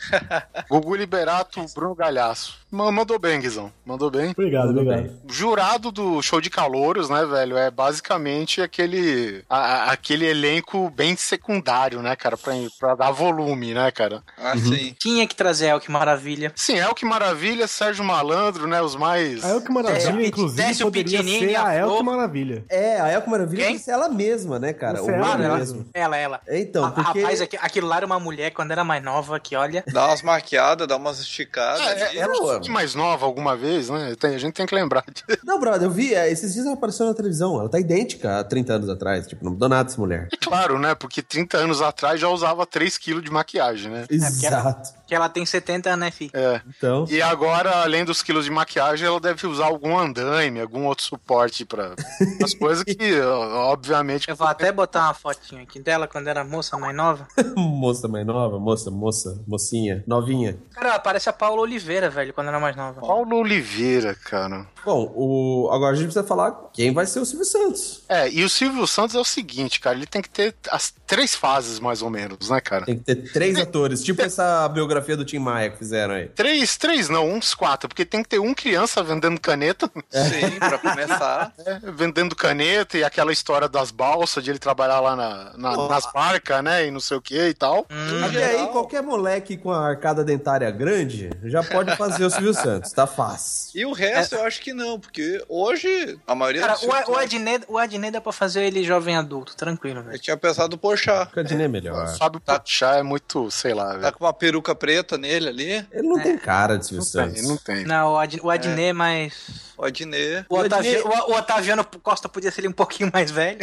Gugu Liberato, Bruno Galhaço. Ma- Mandou bem, Guizão. Mandou bem. Obrigado, Tudo obrigado. bem. O jurado do show de calouros, né, velho, é basicamente aquele a- a- aquele elenco bem secundário, né, cara, pra, pra dar volume, né, cara. Ah, sim. Tinha que trazer El, que maravilha. Sim, é o que maravilha, Sérgio Malandro, né, os mais... A Elke Maravilha, Desce o inclusive, Desce o poderia Pitinini ser e a a Elke Flor. Maravilha. É, a Elke Maravilha Quem? tem que ser ela mesma, né, cara? Você O é humano ela mesmo. Ela, ela. Então, A- porque... Rapaz, aqui- aquilo lá era uma mulher quando era mais nova, que olha... Dá umas maquiadas, dá umas esticadas. É, ali. ela foi mais nova alguma vez, né? Tem- a gente tem que lembrar. Não, brother, eu vi, é, esses dias ela apareceu na televisão. Ela tá idêntica a trinta anos atrás. Tipo, não mudou nada essa mulher. É claro, né? Porque trinta anos atrás já usava três quilos de maquiagem, né? Exato. Que ela tem setenta anos, né, fi? É. Então... E agora, além dos quilos de maquiagem, ela deve usar algum andaime, algum outro suporte para as coisas que, ó, obviamente... Eu vou até botar uma fotinha aqui dela quando era moça mais nova. moça mais nova, moça, moça, mocinha, novinha. Cara, ela parece a Paula Oliveira, velho, quando era mais nova. Paulo Oliveira, cara. Bom, o... agora a gente precisa falar quem vai ser o Silvio Santos. É, e o Silvio Santos é o seguinte, cara, ele tem que ter as três fases, mais ou menos, né, cara? Tem que ter três atores, tipo essa biografia do Tim Maia que fizeram aí. Três, três não, uns quatro, porque tem que ter um criança vendendo caneta. Sim, pra começar. É, vendendo caneta e aquela história das balsas, de ele trabalhar lá na, na- Oh. nas barcas, né, e não sei o que e tal. Hum, Até aí, qualquer moleque com a arcada dentária grande já pode fazer o Silvio Santos, tá fácil. E o resto eu acho que não, porque hoje a maioria Cara, dos o, filmes, o, Adnet, o Adnet dá pra fazer ele jovem adulto, tranquilo, velho. eu tinha pensado no Porchat. Cadinho é melhor. Fábio Porchat é muito, sei lá, Tá velho. com uma peruca preta nele ali. Ele não tem cara de Silvio Santos. Ele não tem. Não, o, Ad, o Adnet é mais... O Adnet. O, O Otavia- Adnet- o- o Otaviano Costa podia ser ele um pouquinho mais velho.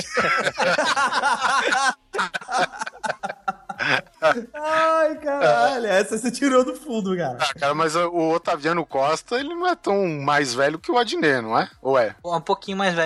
Ai, caralho, essa você tirou do fundo, cara. Ah, cara, mas o Otaviano Costa, ele não é tão mais velho que o Adnet, não é? Ou é? Um pouquinho mais velho, sim.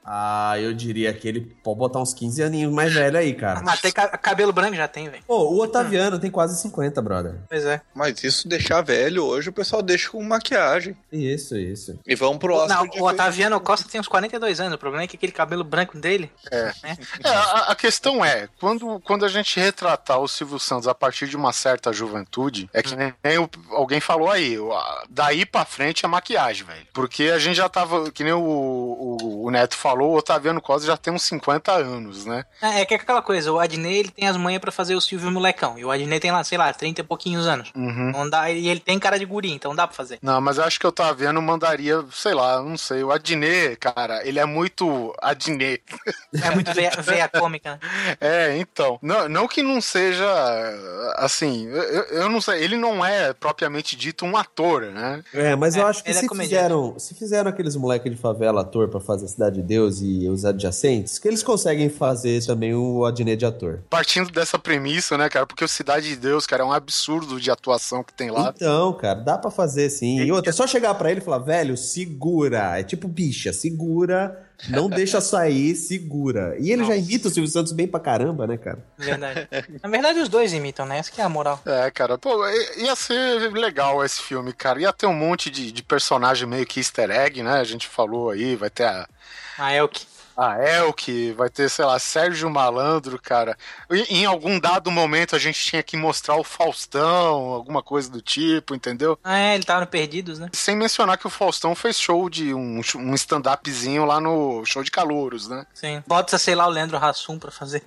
Ah, eu diria que ele pode botar uns quinze aninhos mais velho aí, cara. Até ca- cabelo branco já tem, velho. Pô, o Otaviano tem quase cinquenta, brother. Pois é. Mas isso deixar velho hoje, o pessoal deixa com maquiagem. Isso, isso. E vamos pro Oscar. Não, de o Otaviano Costa tem uns quarenta e dois anos. O problema é que aquele cabelo branco dele... É. Né? É, a, a questão é, quando, quando a gente retratar o Silvio Santos a partir de uma certa juventude, é que nem, nem o- alguém falou aí, o- a- daí pra frente é maquiagem, velho. Porque a gente já tava, que nem o, o, o Neto falou, o Otaviano Costa já tem uns cinquenta anos, né? É, é que é aquela coisa, o Adnei ele tem as manhas pra fazer o Silvio molecão. E o Adnei tem lá, sei lá, trinta e pouquinhos anos. Uhum. Não dá, e ele tem cara de guri, então dá pra fazer. Não, mas eu acho que o Otaviano mandaria, sei lá, não sei, o Adnet, cara, ele é muito Adnet. É muito veia, veia cômica, né? É, então. Não, não que não seja, assim, eu, eu não sei, ele não é propriamente dito um ator, né? É, mas eu É, acho que ele é se comediante. fizeram, se fizeram aqueles moleque de favela ator pra fazer a Cidade de Deus e os adjacentes, que eles conseguem fazer também o Adnet de ator. Partindo dessa premissa, né, cara, porque o Cidade de Deus, cara, é um absurdo de atuação que tem lá. Então, cara, dá pra fazer sim. E outra, é só chegar pra ele e falar, velho, segura. É tipo bicha, segura. Não deixa sair, segura. E ele já imita o Silvio Santos bem pra caramba, né, cara? Verdade. Na verdade, os dois imitam, né? Essa que é a moral. É, cara, pô, i- ia ser legal esse filme, cara. Ia ter um monte de, de personagem meio que easter egg, né? A gente falou aí, vai ter a, A Elk. a Elke, vai ter, sei lá, Sérgio Malandro, cara. E, em algum dado momento a gente tinha que mostrar o Faustão, alguma coisa do tipo, entendeu? Ah, é, ele tava no Perdidos, né? Sem mencionar que o Faustão fez show de um, um stand-upzinho lá no show de calouros, né? Sim. Bota, sei lá, o Leandro Hassum pra fazer.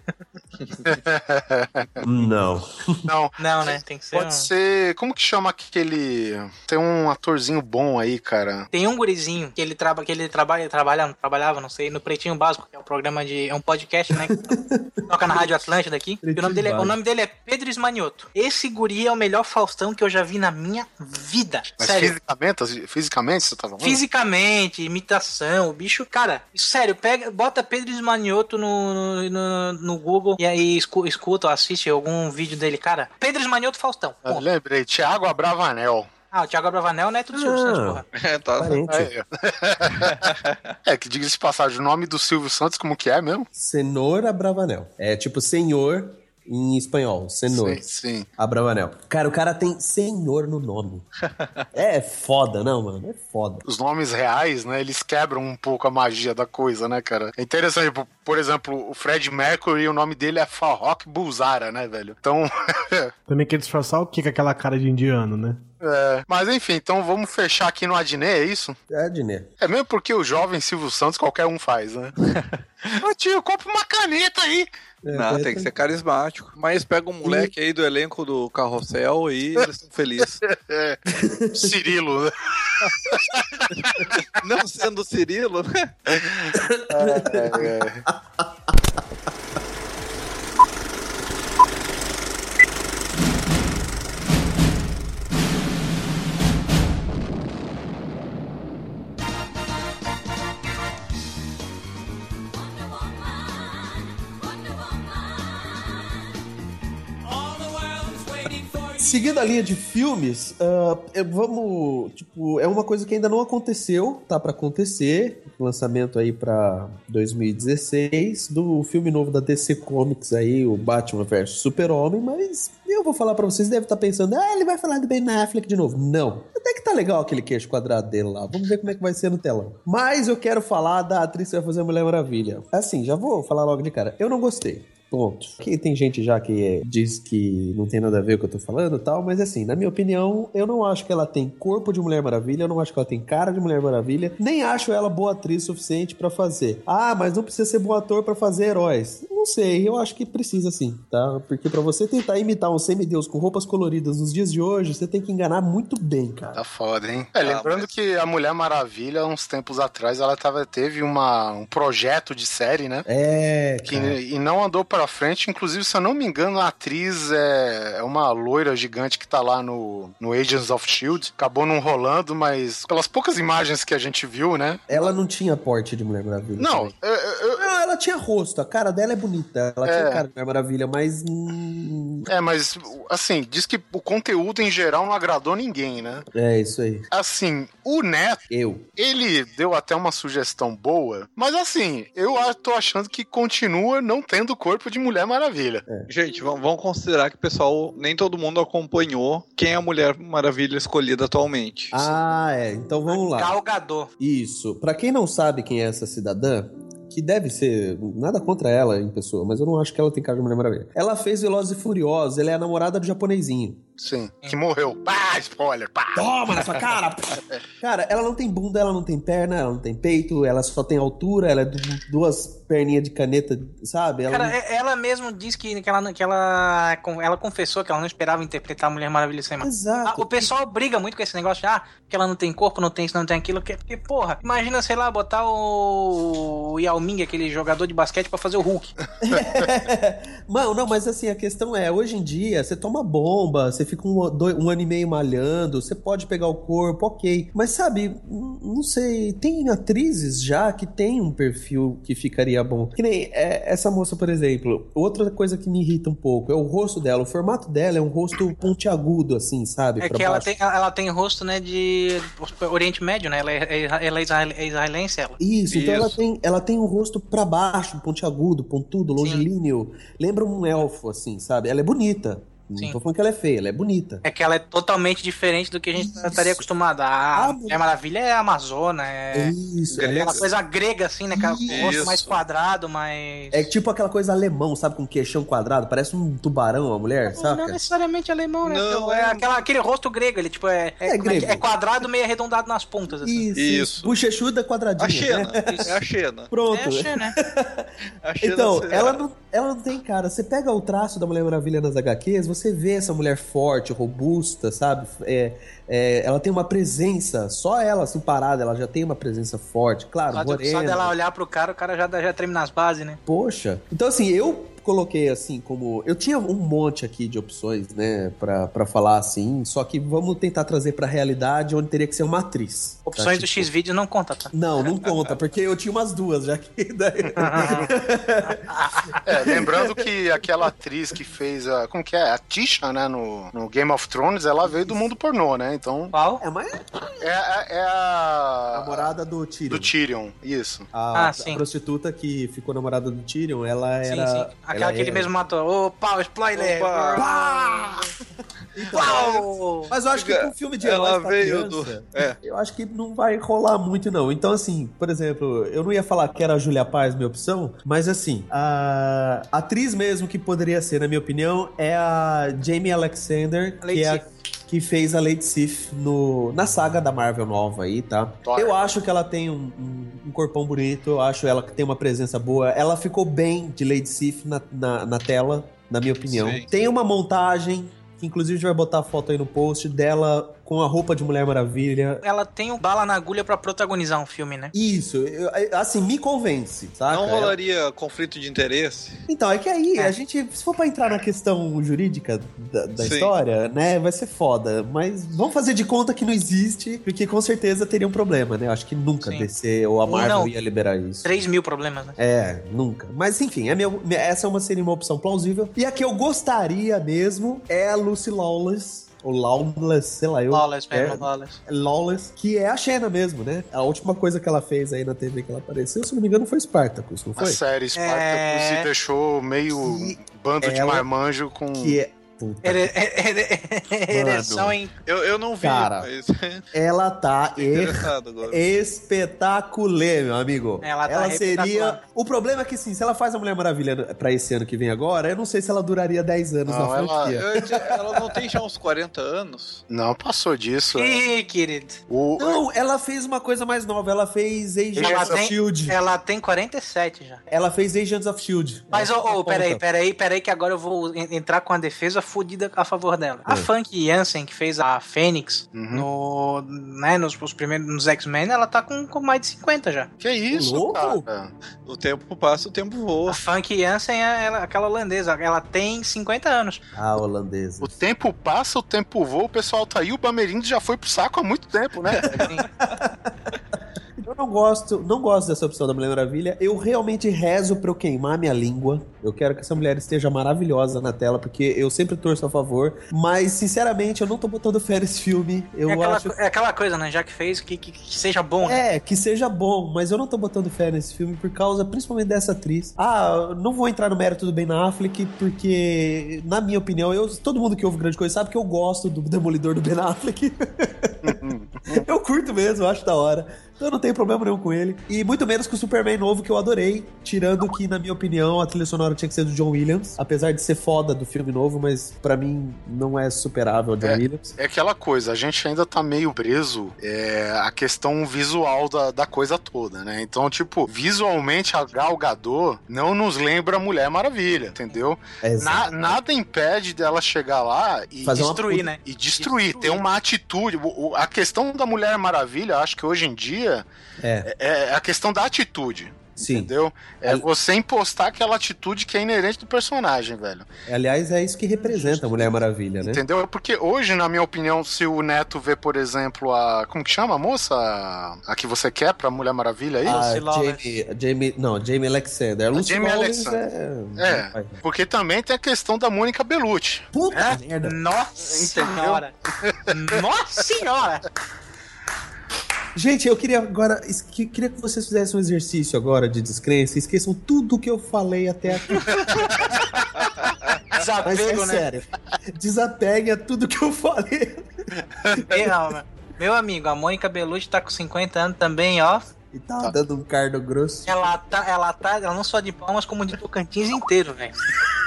Não. Não. Não, né? Tem que ser. Pode um... ser. Como que chama aquele. Tem um atorzinho bom aí, cara. Tem um gurizinho que ele, traba, que ele trabalha, trabalha, trabalhava, não sei, no Pretinho Básico, que é um programa de. É um podcast, né? Que toca na Rádio Atlântida aqui. E o nome, dele é, o nome dele é Pedro Esmanioto. Esse guri é o melhor Faustão que eu já vi na minha vida. Mas Sério. fisicamente, fisicamente você tá falando? Fisicamente, imitação, o bicho, cara, sério, pega, bota Pedro Esmanioto no, no, no Google e aí escu- escuta ou assiste algum vídeo dele, cara. Pedro Esmanioto Faustão. Eu Ponto. lembrei, Thiago Abravanel. Ah, o Thiago Abravanel é neto do Silvio Santos, porra. É, tá. Parente. É, é que diga-se de passagem, o nome do Silvio Santos como que é mesmo? Senhor Abravanel. É tipo senhor em espanhol. Senhor Sim, sim. Abravanel. Cara, o cara tem senhor no nome. É foda, não, mano? É foda. Os nomes reais, né, eles quebram um pouco a magia da coisa, né, cara? É interessante, por, por exemplo, o Fred Mercury, o nome dele é Farrokh Bulsara, né, velho? Então... Também quer disfarçar o que com aquela cara de indiano, né? É, mas enfim, então vamos fechar aqui no Adnet, é isso? É, Adnet. É mesmo porque o jovem Silvio Santos qualquer um faz, né? Ô tio, compra uma caneta aí! Não, tem que ser carismático. Mas pega um moleque aí do elenco do Carrossel e eles estão felizes. É, Cirilo, né? Não sendo o Cirilo, né? É, é. Seguindo a linha de filmes, ah, é, vamos, tipo, é uma coisa que ainda não aconteceu, tá pra acontecer, lançamento aí pra dois mil e dezesseis, do filme novo da D C Comics aí, o Batman versus Super-Homem, mas eu vou falar pra vocês, deve estar pensando, ah, ele vai falar do Ben Affleck de novo. Não. Até que tá legal aquele queixo quadrado dele lá, vamos ver como é que vai ser no telão. Mas eu quero falar da atriz que vai fazer a Mulher Maravilha. Assim, já vou falar logo de cara, eu não gostei. Ponto. Que tem gente já que é, diz que não tem nada a ver com o que eu tô falando e tal, mas assim, na minha opinião, eu não acho que ela tem corpo de Mulher Maravilha, eu não acho que ela tem cara de Mulher Maravilha, nem acho ela boa atriz suficiente pra fazer. Ah, mas não precisa ser bom ator pra fazer heróis. Não sei, eu acho que precisa sim, tá? Porque pra você tentar imitar um semideus com roupas coloridas nos dias de hoje, você tem que enganar muito bem, cara. Tá foda, hein? É, lembrando mas... que a Mulher Maravilha, uns tempos atrás, ela tava, teve uma, um projeto de série, né? É, que, e não andou pra frente, inclusive, se eu não me engano, a atriz é, é uma loira gigante que tá lá no, no Agents of Shield. Acabou não rolando, mas pelas poucas imagens que a gente viu, né? Ela não tinha porte de Mulher Maravilha. Não, eu, eu, não ela tinha rosto, a cara dela é bonita. bonita. Ela É. tinha cara de Mulher Maravilha, mas... hum, É, mas, assim, diz que o conteúdo em geral não agradou ninguém, né? É, isso aí. Assim, o Neto, Eu. ele deu até uma sugestão boa, mas assim, eu a- tô achando que continua não tendo corpo de Mulher Maravilha. Gente, vamos, vamos considerar que o pessoal, nem todo mundo acompanhou quem é a Mulher Maravilha escolhida atualmente. Ah, é. Então vamos lá. Gal Gadot. Isso. Pra quem não sabe quem é essa cidadã, que deve ser nada contra ela em pessoa, mas eu não acho que ela tem cara de Mulher Maravilha. Ela fez Velozes e Furiosos, ela é a namorada do japonesinho. Sim, que morreu. Pá, spoiler, pá. Toma na sua cara! Cara, ela não tem bunda, ela não tem perna, ela não tem peito, ela só tem altura, ela é du- duas perninhas de caneta, sabe? Ela Cara, não- é- ela mesmo diz que, que, ela, que ela, ela confessou que ela não esperava interpretar a Mulher Maravilha sem máscara. Exato. Ah, o pessoal briga muito com esse negócio de, ah, que ela não tem corpo, não tem isso, não tem aquilo. que- Porque, porra, imagina, sei lá, botar o, o Yao Ming, aquele jogador de basquete, pra fazer o Hulk. Mano, não, mas assim, a questão é, hoje em dia, você toma bomba, você fica um, dois- um ano e meio malhando, você pode pegar o corpo, ok. Mas sabe, n- não sei, tem atrizes já que tem um perfil que ficaria bom. Que nem é, essa moça, por exemplo. Outra coisa que me irrita um pouco é o rosto dela. O formato dela é um rosto pontiagudo, assim, sabe? É pra que ela baixo. tem, ela tem rosto, né, de Oriente Médio, né? Ela é, é- ela é israel- é israelense, ela. Isso, então ela Isso. tem, ela tem um rosto pra baixo, pontiagudo, pontudo, longilíneo. Lembra um elfo, assim, sabe? Ela é bonita. Não Sim. tô falando que ela é feia, ela é bonita. É que ela é totalmente diferente do que a gente Isso. estaria acostumado. A Ah, Mulher Maravilha é a Amazona, é Isso, Grega. ela aquela coisa grega, assim, né? Aquela- o rosto Isso. mais quadrado, mais... é tipo aquela coisa alemão, sabe? Com queixão quadrado, parece um tubarão, a mulher, Não, sabe? não necessariamente alemão, né? Não, é é- aquela, aquele rosto grego, ele tipo é, é, É grego. é quadrado meio arredondado nas pontas, assim. Isso, Isso. isso. Bochechuda quadradinha, A Xena, né? é a Xena. Pronto. É, achei, né? A Xena Então, será. ela não, ela não tem cara. Você pega o traço da Mulher Maravilha nas H Qs, você vê essa mulher forte, robusta, sabe? É, é, ela tem uma presença, só ela assim parada, ela já tem uma presença forte, claro, Só, de, morena. só dela olhar pro cara, o cara já, dá- já treme nas bases, né? Poxa. Então, assim, eu coloquei assim como... Eu tinha um monte aqui de opções, né, pra, pra falar assim, só que vamos tentar trazer pra realidade onde teria que ser uma atriz. Opções Tá, do tipo- X-Vídeos não conta, tá? Não, não conta, porque eu tinha umas duas já que... Daí... É, lembrando que aquela atriz que fez a. Como que é? A Tisha, né? No, no Game of Thrones, ela veio do mundo pornô, né? Então. Qual? É, mas É, a- é a. namorada do Tyrion. Do Tyrion, isso. A, Ah, sim. a prostituta que ficou namorada do Tyrion, ela Sim, era... sim. ela Aquela que ele era- mesmo matou. Ô, pau, spoiler! Opa! Pá! Pau! Mas eu acho que com filme de Ela heróis pra veio criança, do- é. eu acho que não vai rolar muito, não. Então, assim, por exemplo, eu não ia falar que era a Julia Paz, minha opção, mas assim, a atriz mesmo que poderia ser, na minha opinião, é a Jamie Alexander, Lady que é a Sif. que fez a Lady Sif no, na saga da Marvel nova aí, tá? Thor. Eu acho que ela tem um, um, um corpão bonito, eu acho ela que tem uma presença boa. Ela ficou bem de Lady Sif na, na, na tela, na minha opinião. Sim. Tem uma montagem, que inclusive a gente vai botar a foto aí no post, dela com a roupa de Mulher Maravilha. Ela tem um bala na agulha pra protagonizar um filme, né? Isso, eu- assim, me convence, saca? Não rolaria conflito de interesse? Então, é que aí, É. a gente, se for pra entrar na questão jurídica da, da Sim. história, né, vai ser foda. Mas vamos fazer de conta que não existe, porque com certeza teria um problema, né? Eu acho que nunca Sim. D C ou a Marvel Não. ia liberar isso. três mil problemas, né? É, nunca. Mas enfim, é meu, essa é uma, seria uma opção plausível. E a que eu gostaria mesmo é a Lucy Lawless. Ou Lawless, sei lá, eu. Lawless é, mesmo, Lawless. Lawless, que é a Xena mesmo, né? A última coisa que ela fez aí na T V que ela apareceu, se não me engano, foi Spartacus, não A foi? série Spartacus É. se deixou meio Que bando de ela- marmanjo com. Que é. Puta Ere- ere- Ereção em... Eu, eu não vi, Cara. mas... Ela tá er... Interessado agora. espetacular, meu amigo. Ela tá seria. espetacular. O problema é que, sim, se ela faz a Mulher Maravilha pra esse ano que vem agora, eu não sei se ela duraria dez anos Não, na ela- franquia. Eu ia dizer, ela não tem já uns quarenta anos? Não, passou disso. é. Ih, querido. O... Não, ela fez uma coisa mais nova. Ela fez Agents Ela of tem, Shield. ela tem quarenta e sete já. Ela fez Agents of Shield. Mas, ô, Ela ô, conta. peraí, peraí, peraí, que agora eu vou en- entrar com a defesa fodida a favor dela. A É. Funky Jansen, que fez a Fênix Uhum. no, né, nos, nos primeiros nos X-Men, ela tá com, com mais de cinquenta já. Que isso, Louco? cara? O tempo passa, o tempo A voa. Funky Jansen é ela- aquela holandesa, ela tem cinquenta anos. Ah, holandesa. O tempo passa, o tempo voa, o pessoal tá aí, o Bamerindo já foi pro saco há muito tempo, né? Assim. eu não gosto, não gosto dessa opção da Mulher Maravilha. Eu realmente rezo pra eu queimar minha língua. Eu quero que essa mulher esteja maravilhosa na tela, porque eu sempre torço a favor. Mas, sinceramente, eu não tô botando fé nesse filme. Eu é, aquela, acho... é aquela coisa, né? Já que fez, que, que, que seja bom, né? É, que seja bom, mas eu não tô botando fé nesse filme por causa, principalmente dessa atriz. Ah, não vou entrar no mérito do Ben Affleck, porque, na minha opinião, eu, todo mundo que ouve Grande Coisa sabe que eu gosto do Demolidor do Ben Affleck. Eu curto mesmo, eu acho da hora. Então eu não tenho problema nenhum com ele. E muito menos com o Superman novo, que eu adorei. Tirando que, na minha opinião, a trilha sonora tinha que ser do John Williams. Apesar de ser foda do filme novo, mas pra mim não é superável o John é, Williams. É aquela coisa, a gente ainda tá meio preso é, a questão visual da, da coisa toda, né? Então, tipo, visualmente a Gal Gadot não nos lembra a Mulher Maravilha, entendeu? É, Na, nada impede dela chegar lá e Fazer destruir, uma, né? E destruir, destruir, ter uma atitude. O, o, a questão da Mulher Maravilha, acho que hoje em dia É. É a questão da atitude. Sim. Entendeu? É você impostar aquela atitude que é inerente do personagem, velho. Aliás, é isso que representa a Mulher Maravilha, né? Entendeu? Porque hoje, na minha opinião, se o Neto vê, por exemplo, a... Como que chama a moça? A, a que você quer pra Mulher Maravilha aí? A Jamie, Jamie... Não, Jamie Alexander. A Lucy Jamie Lawless Alexander. É... é, porque também tem a questão da Mônica Bellucci. Puta é? merda. Nossa senhora! Nossa senhora! Gente, eu queria agora, queria que vocês fizessem um exercício agora de descrença e esqueçam tudo que eu falei até aqui. Desapego, Mas é né? sério. Desapegue a tudo que eu falei. Meu, meu amigo, a Mônica Bellucci tá com cinquenta anos também, ó. E tá, tá dando um cardo grosso. Ela tá, ela tá, ela não só de Palmas, como de Tocantins inteiro, velho.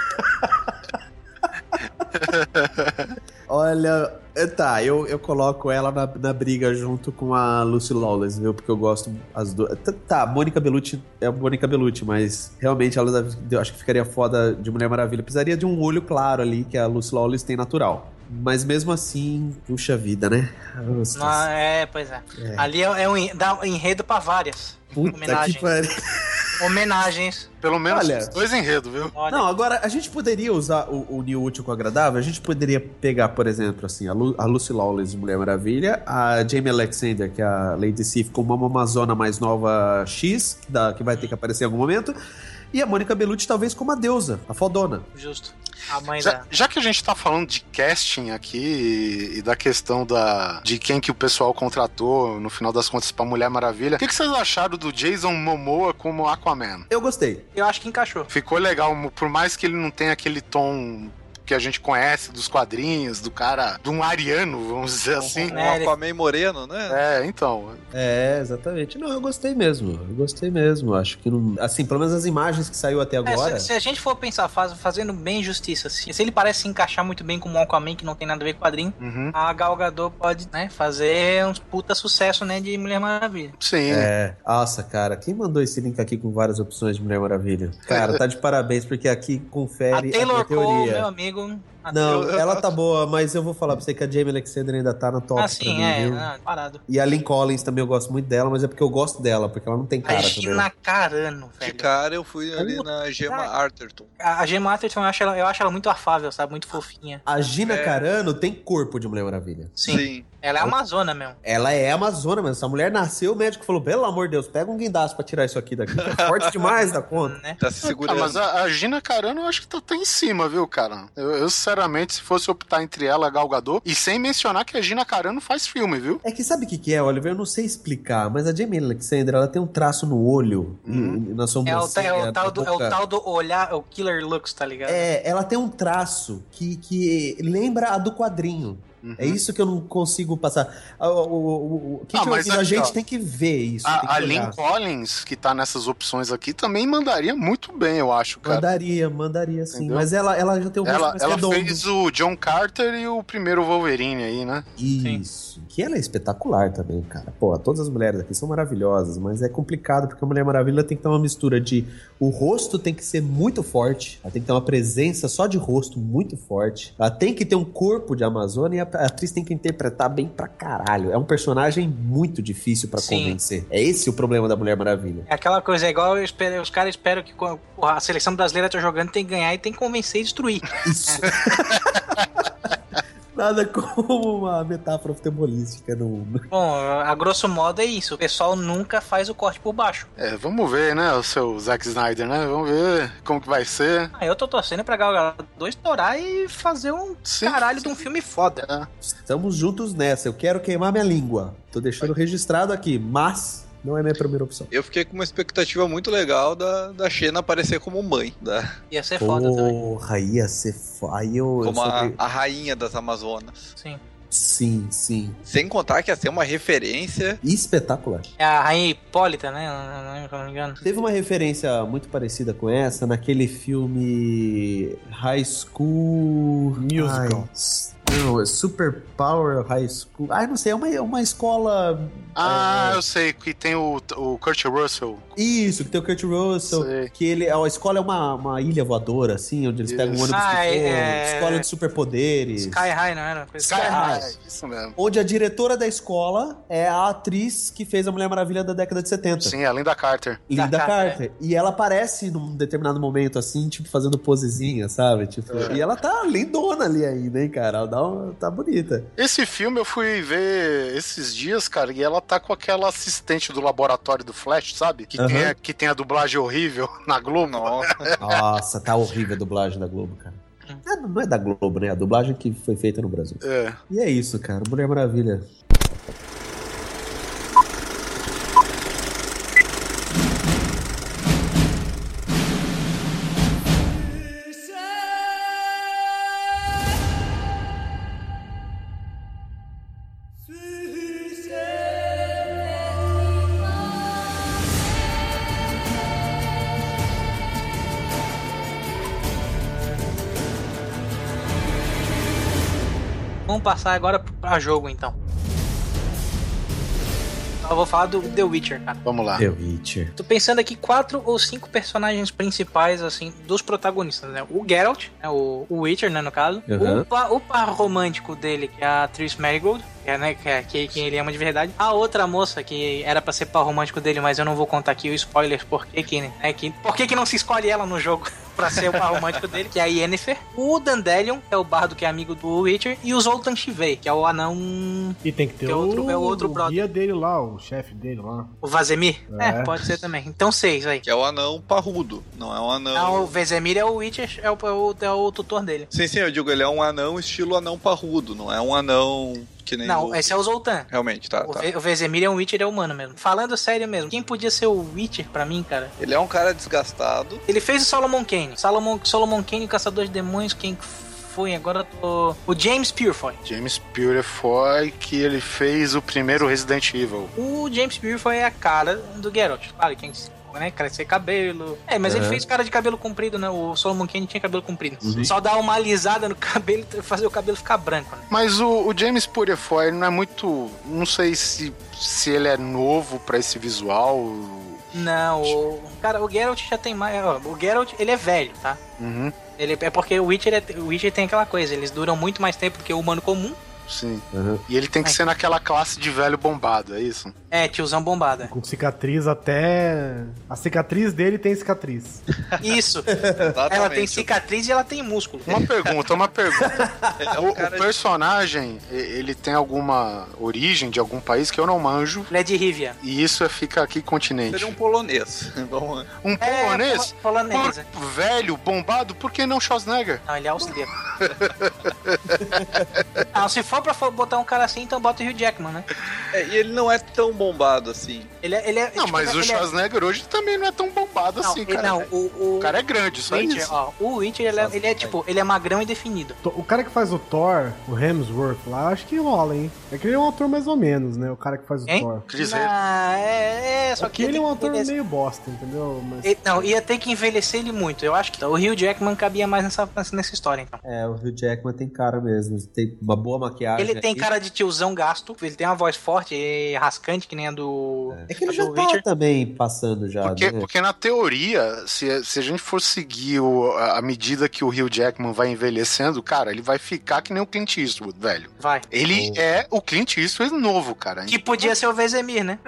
Olha, tá, eu, eu coloco ela na, na briga junto com a Lucy Lawless, viu? Porque eu gosto as duas. Tá, Mônica Bellucci é a Mônica Bellucci, mas realmente ela eu acho que ficaria foda de Mulher Maravilha. Precisaria de um olho claro ali, que a Lucy Lawless tem natural. Mas mesmo assim, puxa vida, né? Não, é, pois é. é. Ali é, é um, dá um enredo pra várias Puta homenagens. Que pare... Homenagens. Pelo menos Olha, dois enredos, viu? Olha. Não, agora a gente poderia usar o, o New Útil com o Agradável. A gente poderia pegar, por exemplo, assim, a, Lu, a Lucy Lawless de Mulher Maravilha, a Jamie Alexander, que é a Lady Sif, com uma Amazona mais nova X, que, dá, que vai ter que aparecer em algum momento. E a Mônica Bellucci talvez como a deusa, a fodona. Justo. A mãe já, da... já que a gente tá falando de casting aqui e, e da questão da, de quem que o pessoal contratou, no final das contas, pra Mulher Maravilha, o que, que vocês acharam do Jason Momoa como Aquaman? Eu gostei. Eu acho que encaixou. Ficou legal, por mais que ele não tenha aquele tom que a gente conhece dos quadrinhos, do cara, de um ariano, vamos dizer assim. Um Aquaman moreno, né? É, então. É, exatamente. Não, eu gostei mesmo. Eu gostei mesmo. Acho que não... Assim, pelo menos as imagens que saiu até agora... É, se, se a gente for pensar, faz, fazendo bem justiça, assim, se ele parece se encaixar muito bem com o Aquaman, que não tem nada a ver com quadrinho, uhum. a Gal Gadot pode, né, fazer um puta sucesso, né, de Mulher Maravilha. Sim. É. Nossa, cara, quem mandou esse link aqui com várias opções de Mulher Maravilha? Cara, tá de parabéns, porque aqui confere a Taylor a teoria. Cole, meu amigo... Não, eu, eu, ela tá boa, mas eu vou falar pra você que a Jamie Alexander ainda tá no top. Ah, sim, mim, é, viu? não, parado. E a Lynn Collins também eu gosto muito dela, mas é porque eu gosto dela, porque ela não tem cara. A Gina Carano, velho. De cara eu fui ali Puta na Gemma Arterton. A Gemma Arterton, eu acho, ela, eu acho ela muito afável, sabe? Muito fofinha. A Gina é. Carano tem corpo de Mulher Maravilha. Sim. sim. Ela é amazona mesmo. Ela é amazona mesmo. Essa mulher nasceu, o médico falou, pelo amor de Deus, pega um guindaste pra tirar isso aqui daqui. É forte demais da conta. Né? Tá se segurando. Ah, mas a, a Gina Carano eu acho que tá, tá em cima, viu, cara? Eu, eu, sinceramente, se fosse optar entre ela e a Gal Gadot, e sem mencionar que a Gina Carano faz filme, viu? É que sabe o que, que é, Oliver? Eu não sei explicar, mas a Jamie Alexander, ela tem um traço no olho, hum. na sobrancelha. É o, é, o tal do, é o tal do olhar, o killer looks, tá ligado? É, ela tem um traço que, que lembra a do quadrinho. Uhum. É isso que eu não consigo passar. O, o, o, quem ah, que mas a, a gente ó, tem que ver isso. A, a Lynn Collins, que tá nessas opções aqui, também mandaria muito bem, eu acho, cara. Mandaria, mandaria sim. Entendeu? Mas ela, ela já tem o rosto ela, mais ela redondo. fez o John Carter e o primeiro Wolverine aí, né? Isso. Sim. Que ela é espetacular também, cara. Pô, todas as mulheres aqui são maravilhosas, mas é complicado porque a Mulher Maravilha tem que ter uma mistura de... O rosto tem que ser muito forte, ela tem que ter uma presença só de rosto muito forte, ela tem que ter um corpo de Amazônia e a a atriz tem que interpretar bem pra caralho. É um personagem muito difícil pra Sim. convencer. É esse o problema da Mulher Maravilha. É aquela coisa, é igual eu espero, os caras esperam que porra, a seleção brasileira tá jogando, tem que ganhar e tem que convencer e destruir. Isso. Nada como uma metáfora futebolística no... Bom, a grosso modo é isso. O pessoal nunca faz o corte por baixo. É, vamos ver, né, o seu Zack Snyder, né? Vamos ver como que vai ser. Ah, eu tô torcendo pra Gal Gadot estourar e fazer um Sim, caralho sim. de um filme foda. É. Estamos juntos nessa. Eu quero queimar minha língua. Tô deixando registrado aqui, mas não é minha primeira opção. Eu fiquei com uma expectativa muito legal da, da Xena aparecer como mãe. Da, Ia ser foda também. Porra, ia ser foda. Aí eu... como eu a, sobre- a rainha das Amazonas. Sim. Sim, sim. Sem contar que ia ser uma referência. Espetacular. É a Rainha Hipólita, né? Não, não, não, se eu não me engano. Teve uma referência muito parecida com essa naquele filme High School... Musical. Ai, não, é Super Power High School. Ai, não sei, é uma, é uma escola... Ah, é, eu sei, que tem o, o Kurt Russell. Isso, que tem o Kurt Russell. Sei. Que ele, a escola é uma, uma ilha voadora, assim, onde eles Isso. pegam um ônibus Ah, que for, é- escola de superpoderes. Sky High, não era? Coisa Sky assim. High, isso mesmo. Onde a diretora da escola é a atriz que fez a Mulher Maravilha da década de setenta. Sim, além da Carter. Linda Da Carter. Carter, E ela aparece num determinado momento, assim, tipo, fazendo posezinha, sabe? Tipo, É. E ela tá lindona ali ainda, hein, cara? Ela dá uma- tá bonita. Esse filme eu fui ver esses dias, cara, e ela tá com aquela assistente do laboratório do Flash, sabe? Que, Aham. tem, a, que tem a dublagem horrível na Globo. Nossa. Nossa, tá horrível a dublagem da Globo, cara. Ah, não é da Globo, né? A dublagem que foi feita no Brasil. É. E é isso, cara. Mulher Maravilha. Vamos passar agora pra jogo, então. Eu vou falar do The Witcher, cara. Vamos lá. The Witcher. Tô pensando aqui quatro ou cinco personagens principais, assim, dos protagonistas, né? O Geralt, né? o, o Witcher, né, no caso. Uhum. O, pa, o par romântico dele, que é a atriz Marigold, que é, né, que é que- quem ele ama de verdade. A outra moça, que era pra ser par romântico dele, mas eu não vou contar aqui o spoiler, porque que, né? Que, por que que não se escolhe ela no jogo pra ser o par romântico dele, que é a Yennefer. O Dandelion, que é o bardo que é amigo do Witcher. E o Zoltan Chivay, que é o anão... E tem que ter Que é o, outro- é o outro o brother. guia dele lá, o chefe dele lá. O Vazemir? É. É. pode ser também. Então seis aí. Que é o anão parrudo. Não é um anão. Não, o Vesemir é o Witcher, é o, é o, é o tutor dele. Sim, sim, eu digo, ele é um anão estilo anão parrudo. Não é um anão que nem. Não, o... esse é o Zoltan. Realmente, tá, O, tá. Ve- o Vesemir é um Witcher, é humano mesmo. Falando sério mesmo, quem podia ser o Witcher pra mim, cara? Ele é um cara desgastado. Ele fez o Solomon Kane. Solomon, Solomon Kane, o Caçador de Demônios, quem foi? Agora eu tô... O James Purefoy. James Purefoy, que ele fez o primeiro Resident Evil. O James Purefoy é a cara do Geralt. Claro, quem né, crescer cabelo. É, mas ele Uhum. fez cara de cabelo comprido, né? O Solomon Kane tinha cabelo comprido. Só dá uma alisada no cabelo e fazer o cabelo ficar branco, né? Mas o, o James Purefoy, ele não é muito... Não sei se, se ele é novo pra esse visual. Não, o... Cara, o Geralt já tem mais... ó, o Geralt, ele é velho, tá? Uhum, Ele, é porque o Witcher, é, o Witcher tem aquela coisa, eles duram muito mais tempo do que o humano comum. sim. Uhum. E ele tem que Ai. ser naquela classe de velho bombado, é isso? É, tiozão bombada. Com cicatriz até... A cicatriz dele tem cicatriz. Isso. Exatamente. Ela tem cicatriz e ela tem músculo. Uma pergunta, uma pergunta. Ele é O, um o cara de- personagem, e- ele tem alguma origem de algum país que eu não manjo? Ele é de Rivia. E isso é- fica aqui continente. Ele é um polonês. Vamos lá. Um polonês? É, polo- polonês. é. Por- velho, bombado, por que não Schwarzenegger? Não, ele é austríaco. Não, se for pra for botar um cara assim, então bota o Hugh Jackman, né? É, e ele não é tão bombado assim. Ele é... Ele é Não, tipo, mas ele o é- Schwarzenegger hoje também não é tão bombado Não, assim, ele- cara. não, o, o, O cara é grande, só Witcher, isso. ó, o Witcher, ele é, ele é tipo, ele é magrão e definido. O cara que faz o Thor, o Hemsworth lá, acho que rola, hein? É que ele é um ator mais ou menos, né? O cara que faz o Hein? Thor. Chris Não, Hemsworth. é, é, só Só que que ele é um ator ele- meio bosta, entendeu? Mas... ele- Não, ia ter que envelhecer ele muito. Eu acho que o Hugh Jackman cabia mais nessa, nessa história, então. É, o Hugh Jackman tem cara mesmo. Tem uma boa maquiagem. Ele tem aí. cara de tiozão gasto, ele tem uma voz forte e rascante, que nem a do. É que ele a já do tá Witcher. também passando já, Porque, né? porque na teoria, se, se a gente for seguir o, a, a medida que o Hugh Jackman vai envelhecendo, cara, ele vai ficar que nem o Clint Eastwood, velho. Vai. Ele é o Clint Eastwood novo, cara. Que podia ser o Vesemir, né?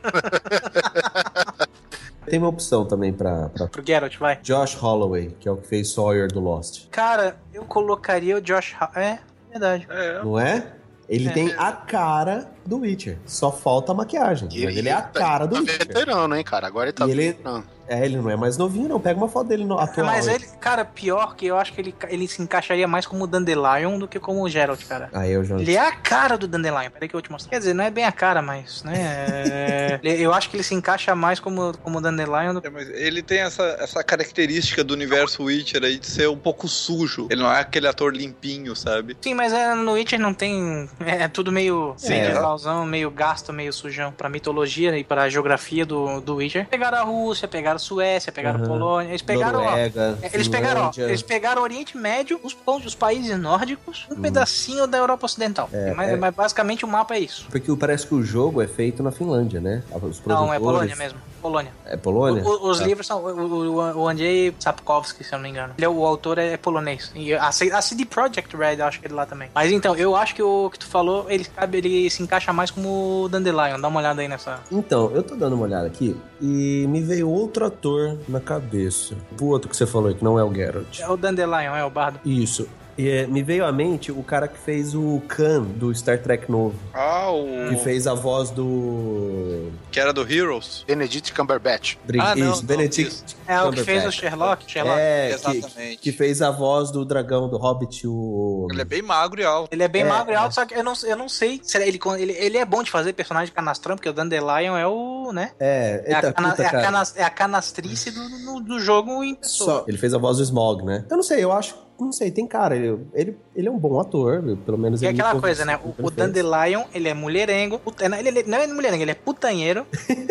Tem uma opção também pra, pra Pro Geralt, vai. Josh Holloway, que é o que fez Sawyer do Lost. Cara, eu colocaria o Josh. Ha- É. Verdade. É. Não é? Ele É. tem a cara do Witcher. Só falta a maquiagem. E mas ele é a cara do tá Witcher. veterano, hein, cara? Agora ele tá E ele- veterano. É, ele não é mais novinho, não. Pega uma foto dele no atual. Mas ele, cara, pior que eu acho que ele, ele se encaixaria mais como o Dandelion do que como o Geralt, cara. Aí eu já... Ele é a cara do Dandelion, peraí que eu vou te mostrar. Quer dizer, não é bem a cara, mas, né, é... eu acho que ele se encaixa mais como, como o Dandelion do que... É, mas ele tem essa, essa característica do universo Witcher aí de ser um pouco sujo. Ele não é aquele ator limpinho, sabe? Sim, mas é, no Witcher não tem... É, é tudo meio Sim, medievalzão, meio gasto, meio sujão. Pra mitologia e pra geografia do, do Witcher. Pegaram a Rússia, pegaram a Suécia, pegaram a Polônia. Eles pegaram, Noruega, ó, eles pegaram, ó, Finlândia. eles pegaram o Oriente Médio, os, os países nórdicos, um pedacinho da Europa Ocidental. mas, é. mas basicamente o mapa é isso. Porque parece que o jogo é feito na Finlândia, né? Os Não, é produtores- Polônia mesmo. Polônia. É Polônia? O- o- os Ah. livros são. O, o, o Andrzej Sapkowski, se eu não me engano. Ele é, o autor é polonês. E a, C- a C D Projekt Red, eu acho que ele lá também. Mas então, eu acho que o que tu falou, ele, cabe, ele se encaixa mais como o Dandelion. Dá uma olhada aí nessa. Então, eu tô dando uma olhada aqui e me veio outro ator na cabeça. O outro que você falou aí, que não é o Geralt. É o Dandelion, é o bardo. Isso. E, é, me veio à mente o cara que fez o Khan do Star Trek novo. Ah, o... Que fez a voz do... Que era do Heroes. Benedict Cumberbatch. Brin- Ah, não, Isso, não, Benedict isso. É o que Cumberbatch. fez o Sherlock. Sherlock. É, Exatamente. que, que fez a voz do dragão do Hobbit, o... Ele é bem magro e alto. Ele é bem É, magro e alto, é. só que eu não, eu não sei se ele, ele, ele é bom de fazer personagem canastrão, porque o Dandelion é o, né? É, É a, eita, cana- puta, é a cara. canas- é a canastrice do, do, do jogo em pessoa. Só, ele fez a voz do Smog, né? Eu não sei, eu acho... Não sei, tem cara. Ele, ele, ele é um bom ator, pelo menos E é ele me aquela convenceu coisa, né? pelo O, o que ele fez. Dandelion, ele é mulherengo. puta- Ele, ele não é mulherengo, ele é putanheiro.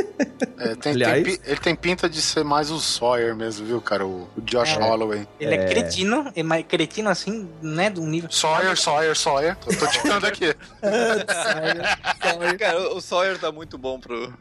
É, tem, Aliás- tem pi- ele tem pinta de ser mais o Sawyer mesmo, viu, cara? O, o Josh É. Holloway. Ele é, cretino, é mais cretino assim, né? Do nível. Sawyer, Sawyer, Sawyer. Eu tô ticando aqui. Cara, o Sawyer tá muito bom pro...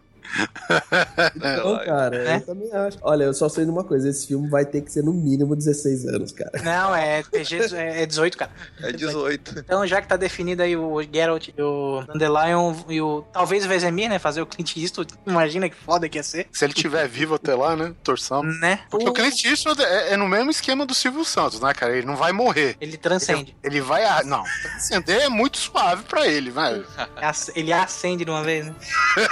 Então, cara, Né? eu também acho. Olha, eu só sei de uma coisa: esse filme vai ter que ser no mínimo dezesseis anos, cara. Não, é P G, é é dezoito, cara. É dezoito. Então, já que tá definido aí o Geralt, o Dandelion e o... Talvez o Vesemir, né? Fazer o Clint Eastwood. Imagina que foda que ia ser. Se ele tiver vivo até lá, né? Torçamos. Né? Porque o Clint Eastwood é, é no mesmo esquema do Silvio Santos, né, cara? Ele não vai morrer. Ele transcende. Ele, ele vai... a- Não, transcender é muito suave pra ele, vai. Ac- Ele acende de uma vez, né?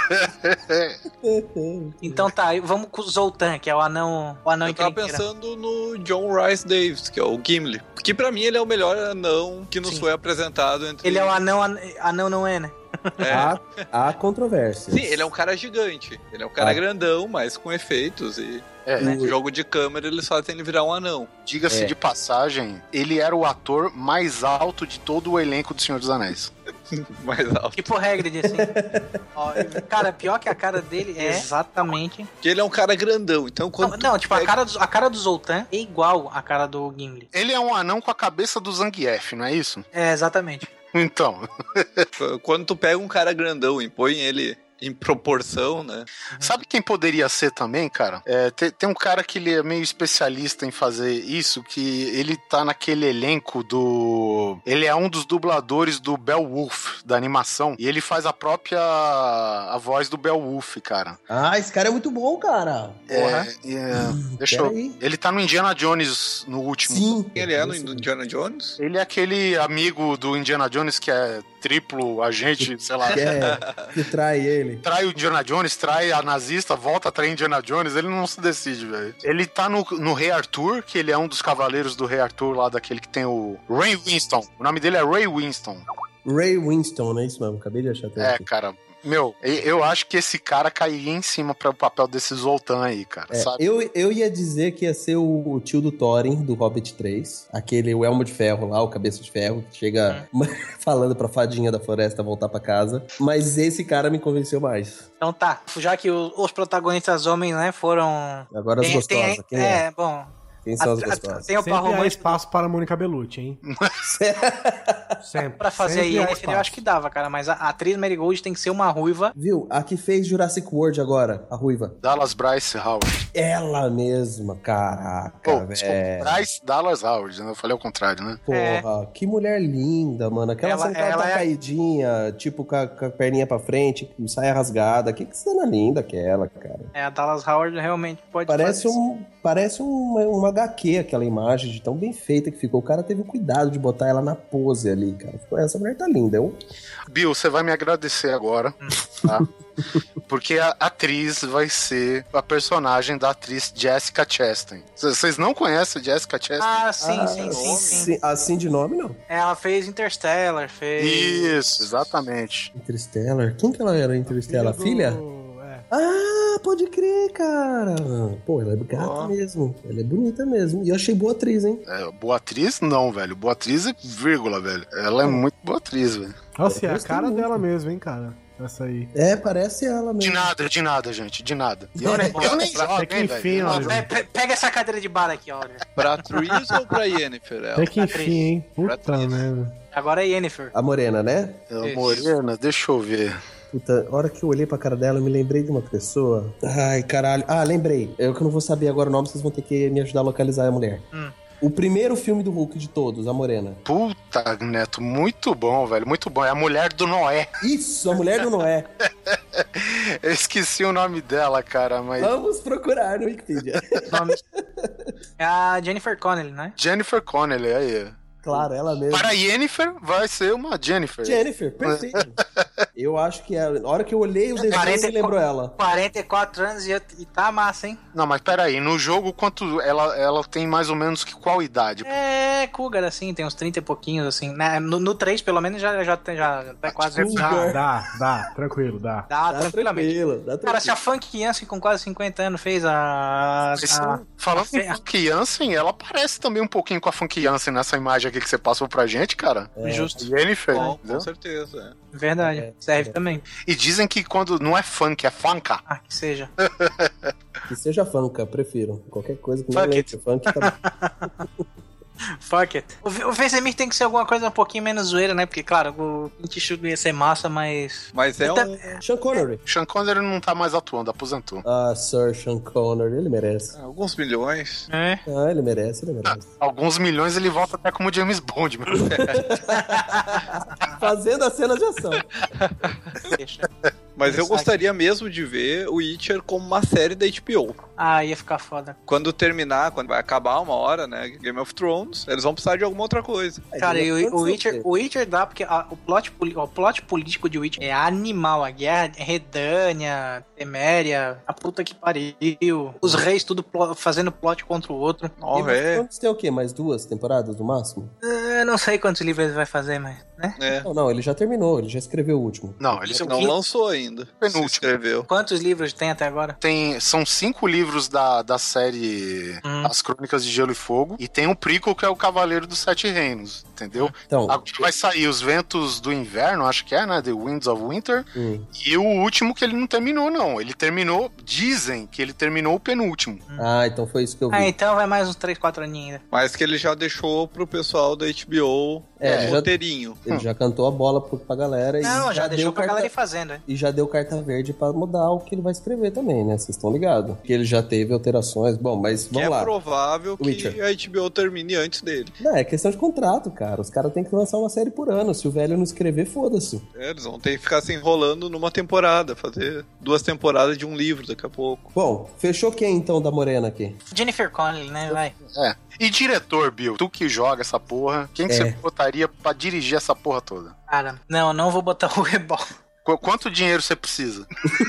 Então tá, vamos com o Zoltan, que é o anão, o anão Eu tava encrenqueira. pensando no John Rhys Davis, que é o Gimli. Que pra mim ele é o melhor anão que nos Sim. foi apresentado entre... Ele é o anão, an- anão não é, né? É. Há, há controvérsias. Sim, ele é um cara gigante. Ele é um cara Ah. grandão, mas com efeitos e... É, No jogo de câmera eles fazem ele virar um anão. diga-se É. de passagem, ele era o ator mais alto de todo o elenco do Senhor dos Anéis. Mais alto. Tipo o Hagrid, assim. Ó, cara, pior que a cara dele é exatamente... Porque ele é um cara grandão, então quando... Não, tu não, tipo, a pega- cara, do, a cara do Zoltan é igual à cara do Gimli. Ele é um anão com a cabeça do Zangief, não é isso? É, exatamente. Então, Quando tu pega um cara grandão e põe ele em proporção, né? sabe quem poderia ser também, cara? É, tem, tem um cara que ele é meio especialista em fazer isso, que ele tá naquele elenco do... Ele é um dos dubladores do Beowulf, da animação, e ele faz a própria a voz do Beowulf, cara. Ah, esse cara é muito bom, cara. É, é, deixa eu... peraí. Ele tá no Indiana Jones no último. Sim. Quem ele é no Indiana Jones? Ele é aquele amigo do Indiana Jones que é triplo agente, sei lá. Que, é, que trai ele. Trai o Indiana Jones, trai a nazista, volta a trair Indiana Jones, ele não se decide, velho. Ele tá no, no Rei Arthur, que ele é um dos cavaleiros do Rei Arthur, lá daquele que tem o Ray Winston. O nome dele é Ray Winston. Ray Winston, não é isso mesmo? Acabei de achar até É, aqui. cara, meu, e- eu acho que esse cara cairia em cima para o papel desse Zoltan aí, cara, É, sabe? eu, eu ia dizer que ia ser o, o tio do Thorin, do Hobbit três. Aquele, o Elmo de Ferro lá, o Cabeça de Ferro, que chega falando pra fadinha da floresta voltar pra casa. Mas esse cara me convenceu mais. Então tá, já que o- os protagonistas homens, né, foram... Agora as Tem- gostosas. tem- Quem é? é, bom... Quem são as a- a- gostosas? Tem o par Sempre há romântico espaço para a Mônica Bellucci, hein? Sempre. pra fazer Sempre a há Yennefer, eu espaço. acho que dava, cara, mas a, a atriz Marigold tem que ser uma ruiva. Viu? A que fez Jurassic World agora, a ruiva. Dallas Bryce Howard. Ela mesma, caraca, Pô, desculpa, velho. Bryce Dallas Howard, né? Eu falei ao contrário, né? Porra, que mulher linda, mano. Aquela Ela- cena que ela ela tá é- caidinha, tipo com a, com a perninha pra frente, com saia rasgada. Que, que cena linda aquela, cara. É, a Dallas Howard realmente pode Parece fazer isso. um, parece uma, uma H Q aquela imagem de tão bem feita que ficou. O cara teve o cuidado de botar ela na pose ali, cara. Ficou, essa mulher tá linda, eu... Bill, você vai me agradecer agora, tá? Porque a atriz vai ser a personagem da atriz Jessica Chastain. Vocês não conhecem a Jessica Chastain? Ah, sim, Ah, sim, sim, sim. Assim de nome, não. Ela fez Interstellar, fez... Isso, exatamente. Interstellar. Quem que ela era, Interstellar? Filha? Do- é. Ah, pode crer, cara. Pô, ela é gata Ó. mesmo. Ela é bonita mesmo. E eu achei boa atriz, hein? É, boa atriz, não, velho. Boa atriz é vírgula, velho. Ela é muito boa atriz, velho. Nossa, e a Gostei cara muito. dela mesmo, hein, cara? Essa aí. É, parece ela De mesmo. nada, de nada, gente, de nada. E eu, nem- eu nem jogo, Até que hein, enfim, velho. ó. Pe- pe- Pega essa cadeira de bar aqui, ó. Pra Tris ou pra Yennefer? Ela? Até que enfim, hein? Puta Atriz. merda. Agora é Yennefer. A morena, né? É, Morena, deixa eu ver. Puta, a hora que eu olhei pra cara dela, eu me lembrei de uma pessoa. Ai, caralho. Ah, lembrei. Eu que não vou saber agora o nome, vocês vão ter que me ajudar a localizar a mulher. Hum. O primeiro filme do Hulk de todos, a morena. Puta, Neto, muito bom, velho, muito bom. É a mulher do Noé. Isso, a mulher do Noé. Eu esqueci o nome dela, cara, mas... Vamos procurar no Wikipedia. Nome- É a Jennifer Connelly, né? Jennifer Connelly, aí. Claro, ela mesma. Para Yennefer, vai ser uma Jennifer. Jennifer, perfeito. Eu acho que a hora que eu olhei o desenho, quarenta me lembrou ela. quarenta e quatro anos e, eu- e tá massa, hein? Não, mas peraí, no jogo, quanto ela, ela tem mais ou menos que qual idade? É, Cougar, assim, tem uns trinta e pouquinhos, assim. Né? No, no três, pelo menos, já, já, tem- já, já tá quase... Cougar. Dá, dá, dá, tranquilo, dá. Dá, Dá tranquilamente. tranquilo, dá tranquilo. Cara, se a Funk Jansen com quase cinquenta anos fez a... Isso, a- falando a- em Funk Jansen, ela parece também um pouquinho com a Funk Jansen nessa imagem aqui que você passou pra gente, cara. É, Justo. Jennifer, Bom, entendeu? com certeza. é. Verdade, É, serve é. também. E dizem que quando não é funk, é funka. Ah, que seja. Que seja funka, prefiro. Qualquer coisa que não Fuck leite. Funk tá bom. Fuck it. O, V- o Vesemir tem que ser alguma coisa um pouquinho menos zoeira, né? Porque, claro, o Clint Eastwood ia ser massa, mas... Mas é Então- um. Sean Connery. Sean Connery não tá mais atuando, aposentou. Ah, Sir Sean Connery, ele merece. Alguns milhões. É. Ah, ele merece, ele merece. Alguns milhões ele volta até como James Bond, meu. Fazendo as cenas de ação. Deixa. Mas eu Sabe. gostaria mesmo de ver o Witcher como uma série da H B O. Ah, ia ficar foda. Quando terminar, quando vai acabar uma hora, né? Game of Thrones, eles vão precisar de alguma outra coisa. Cara, e o, o, Witcher, Witcher. o Witcher dá porque a- o, plot, poli- o plot político de Witcher é animal. A guerra é Redânia, Teméria, a puta que pariu. Os reis tudo plo- fazendo plot contra o outro. Ó, é. Tem o quê? Mais duas temporadas no máximo? Eu não sei quantos livros ele vai fazer, mas... né? É. Não, não, ele já terminou, ele já escreveu o último. Não, ele Não lançou ainda. Penúltimo. Se escreveu. Quantos livros tem até agora? tem. São cinco livros da, da série Hum. As Crônicas de Gelo e Fogo. E tem um prequel que é o Cavaleiro dos Sete Reinos, entendeu? Então, Agora vai sair Os Ventos do Inverno, acho que é, né? The Winds of Winter. hum. E o último que ele não terminou, não. Ele terminou, dizem que ele terminou o penúltimo. Ah, então foi isso que eu vi. Ah, então vai mais uns três, quatro aninhos ainda. Mas que ele já deixou pro pessoal da H B O É, um já- roteirinho. Ele já cantou a bola pro- pra galera Não, e já, deixou deu pra carta... galera ir fazendo, é. E já deu carta verde pra mudar o que ele vai escrever também, né? Vocês estão ligados. Que ele já teve alterações. Bom, mas Que vamos é lá. provável que Witcher. a H B O termine antes dele. Não, é questão de contrato, cara. Os caras têm que lançar uma série por ano. Se o velho não escrever, foda-se. É, eles vão ter que ficar se enrolando numa temporada, fazer duas temporadas de um livro daqui a pouco. Bom, fechou quem então da Morena aqui? Jennifer Connelly, né? Vai. É. E diretor, Bill, tu que joga essa porra, quem que É. você botaria pra dirigir essa porra toda? Cara, não, não vou botar o Rebol. Qu- quanto dinheiro você precisa?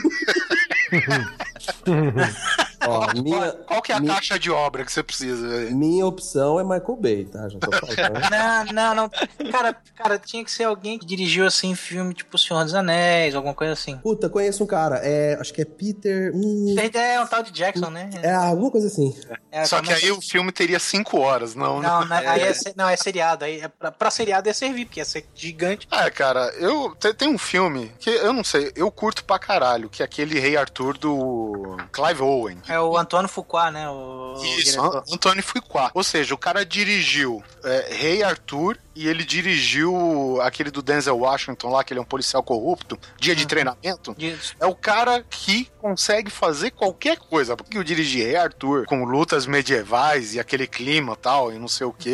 Ó, Qual- minha, Qual que é a minha, taxa de obra que você precisa? velho? minha opção é Michael Bay, tá? Já tô falando. Não, não, não. Cara, cara, tinha que ser alguém que dirigiu assim filme tipo Senhor dos Anéis, alguma coisa assim. Puta, conheço um cara. É, acho que é Peter. Hum, É um tal de Jackson, né? é alguma coisa assim. É, Só que como- aí o filme teria cinco horas, não, né? Não, não, aí é, se- não, é seriado. Aí é pra, pra seriado ia servir, porque ia ser gigante. É, cara, eu te- tem um filme que eu não sei, eu curto pra caralho, que é aquele Rei Arthur do Clive Owen. É o Antônio Fuqua, né? O, o Isso, diretor. An- Antônio Fuqua. Ou seja, o cara dirigiu é, Rei Arthur e ele dirigiu aquele do Denzel Washington lá, que ele é um policial corrupto, Dia de Treinamento. Isso. É o cara que consegue fazer qualquer coisa. Porque eu dirigi Rei Arthur com lutas medievais e aquele clima tal, e não sei o quê.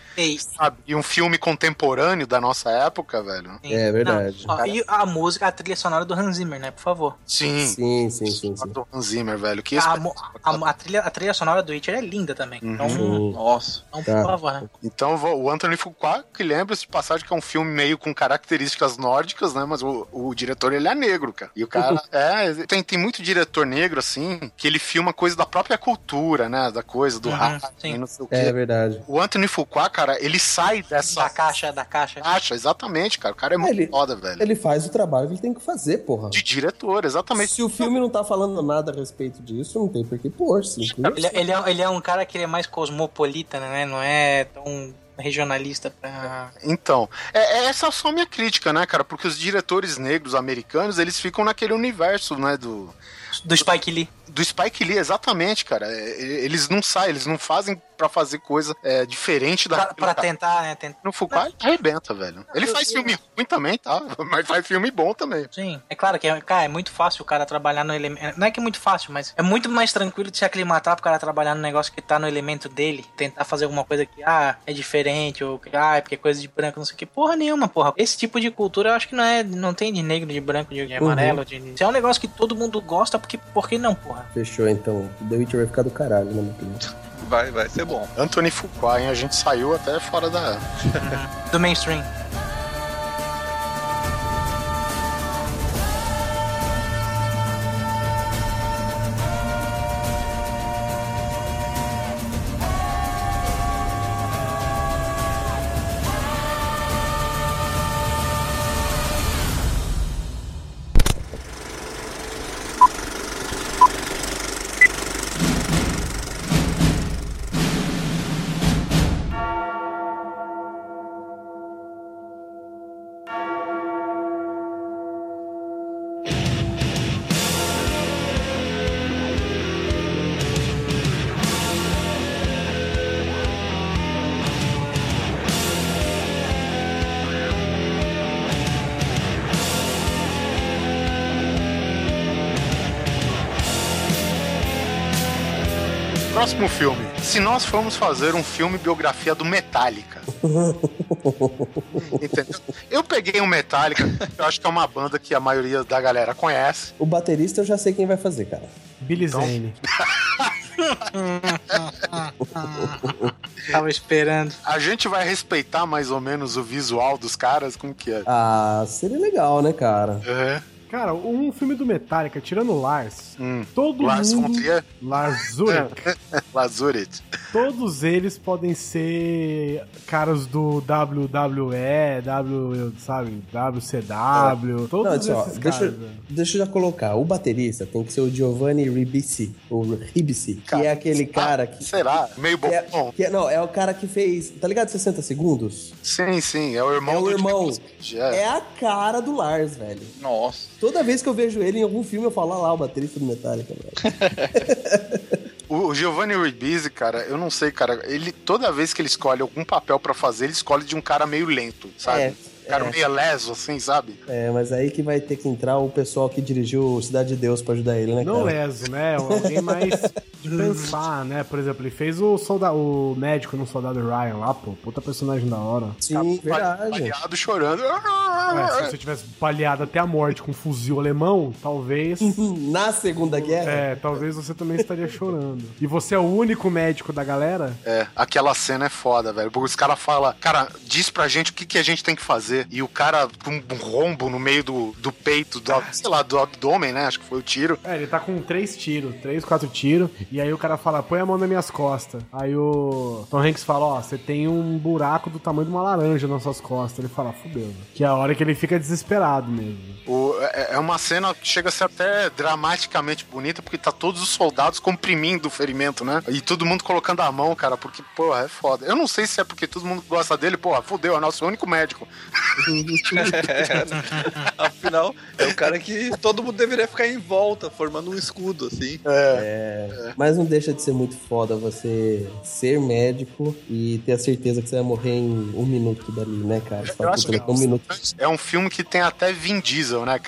sabe? E um filme contemporâneo da nossa época, velho. Sim. É verdade. Não, ó, e a música, a trilha sonora do Hans Zimmer, né? Por favor. Sim. Sim, sim, sim, sim. Do Hans Zimmer, velho. Que A, mo- a, a, trilha, a trilha sonora do Witcher é linda também. Uhum. Então, Sim. Nossa. então Tá. por favor, né? Então o Anthony Fuqua, que lembra-se de passagem que é um filme meio com características nórdicas, né? Mas o, o diretor, ele é negro, cara. E o cara, é, tem, tem muito diretor negro, assim, que ele filma coisa da própria cultura, né? Da coisa, do Uhum, rap, sim. e não sei o quê. É verdade. O Anthony Fuqua, cara, ele sai dessa Da caixa, da caixa. caixa, exatamente, cara. O cara é muito Ele- foda, velho. Ele faz o trabalho que ele tem que fazer, porra. De diretor, exatamente. Se o filme não tá falando nada a respeito disso, não tem por que pôr, sim. Ele, ele, é, ele é um cara que ele é mais cosmopolita, né? Não é tão regionalista pra... Então, é, é essa é só a minha crítica, né, cara? Porque os diretores negros americanos, eles ficam naquele universo, né, do... Do Spike Lee. Do Spike Lee, exatamente, cara. É, Eles não saem, eles não fazem pra fazer coisa é, diferente da... Pra, pra tentar, né? Tentar... No Fuqua, ele arrebenta, velho. Ele faz filme ruim também, tá? Mas faz filme bom também. Sim, é claro que é, cara, é muito fácil o cara trabalhar no elemento. Não é que é muito fácil, mas é muito mais tranquilo de se aclimatar pro cara trabalhar no negócio que tá no elemento dele. Tentar fazer alguma coisa que, ah, é diferente, ou que, ah, é porque é coisa de branco, não sei o que. Porra nenhuma, porra. Esse tipo de cultura eu acho que não é. Não tem de negro, de branco, de amarelo. De... Se é um negócio que todo mundo gosta, porque, por que não, porra? Fechou, então. The Witcher vai ficar do caralho, né, meu filho? Vai, vai ser bom. Anthony Fuqua, hein? A gente saiu até fora da... Do mainstream. Próximo filme. Se nós formos fazer um filme biografia do Metallica. Entendeu? Eu peguei um Metallica, eu acho que é uma banda que a maioria da galera conhece. O baterista eu já sei quem vai fazer, cara. Billy Então- Zane. Tava esperando. A gente vai respeitar mais ou menos o visual dos caras, como que é? Ah, seria legal, né, cara? É. Cara, um filme do Metallica, tirando o Lars, Hum. todo Lars mundo... von Trier? Lars Ulrich. Lazurit. Todos eles podem ser caras do W W E, W, sabe, W C W, todos Não, assim, ó, esses deixa, caras. velho. deixa eu já colocar. O baterista tem que ser o Giovanni Ribisi, ou Ribisi, que é aquele cara que... Será? Meio que é, bom. que é- não, é o cara que fez... Tá ligado? sessenta segundos? Sim, sim. É o irmão É o do irmão. Jimmy Page, É a cara do Lars, velho. Nossa. Toda vez que eu vejo ele em algum filme, eu falo, "Ah lá, o baterista do Metallica, velho." O o Giovanni Ribisi, cara, eu não sei, cara, ele toda vez que ele escolhe algum papel pra fazer, ele escolhe de um cara meio lento, sabe? É, cara é. meio leso, assim, sabe? É, mas aí que vai ter que entrar o pessoal que dirigiu Cidade de Deus pra ajudar ele, né, Não cara? leso, né? Alguém mais de pensar, né? Por exemplo, ele fez o, solda o médico no Soldado Ryan lá, pô. Puta personagem da hora. Sim, verdade. Baleado, chorando. É, se você tivesse baleado até a morte com um fuzil alemão, talvez... Na Segunda Guerra? É, talvez você também estaria chorando. E você é o único médico da galera? É, aquela cena é foda, velho. Porque os caras falam, cara, diz pra gente o que, que a gente tem que fazer. E o cara com um rombo no meio do, do peito, do, sei lá, do abdômen, né? Acho que foi o tiro. É, ele tá com três tiros, três, quatro tiros. E aí o cara fala, põe a mão nas minhas costas. Aí o Tom Hanks fala, ó, você tem um buraco do tamanho de uma laranja nas suas costas. Ele fala, fudeu. Véio. Que é a hora que ele fica desesperado mesmo. O, é, é uma cena que chega a ser até dramaticamente bonita, porque tá todos os soldados comprimindo o ferimento, né? E todo mundo colocando a mão, cara, porque, porra, é foda. Eu não sei se é porque todo mundo gosta dele, porra, fudeu, é nosso único médico. É, afinal, é o cara que todo mundo deveria ficar em volta, formando um escudo, assim. É, mas não deixa de ser muito foda você ser médico e ter a certeza que você vai morrer em um minuto dali, né, cara? Você Eu fala, acho "Puta, que um minuto." é um filme que tem até Vin Diesel, né, cara?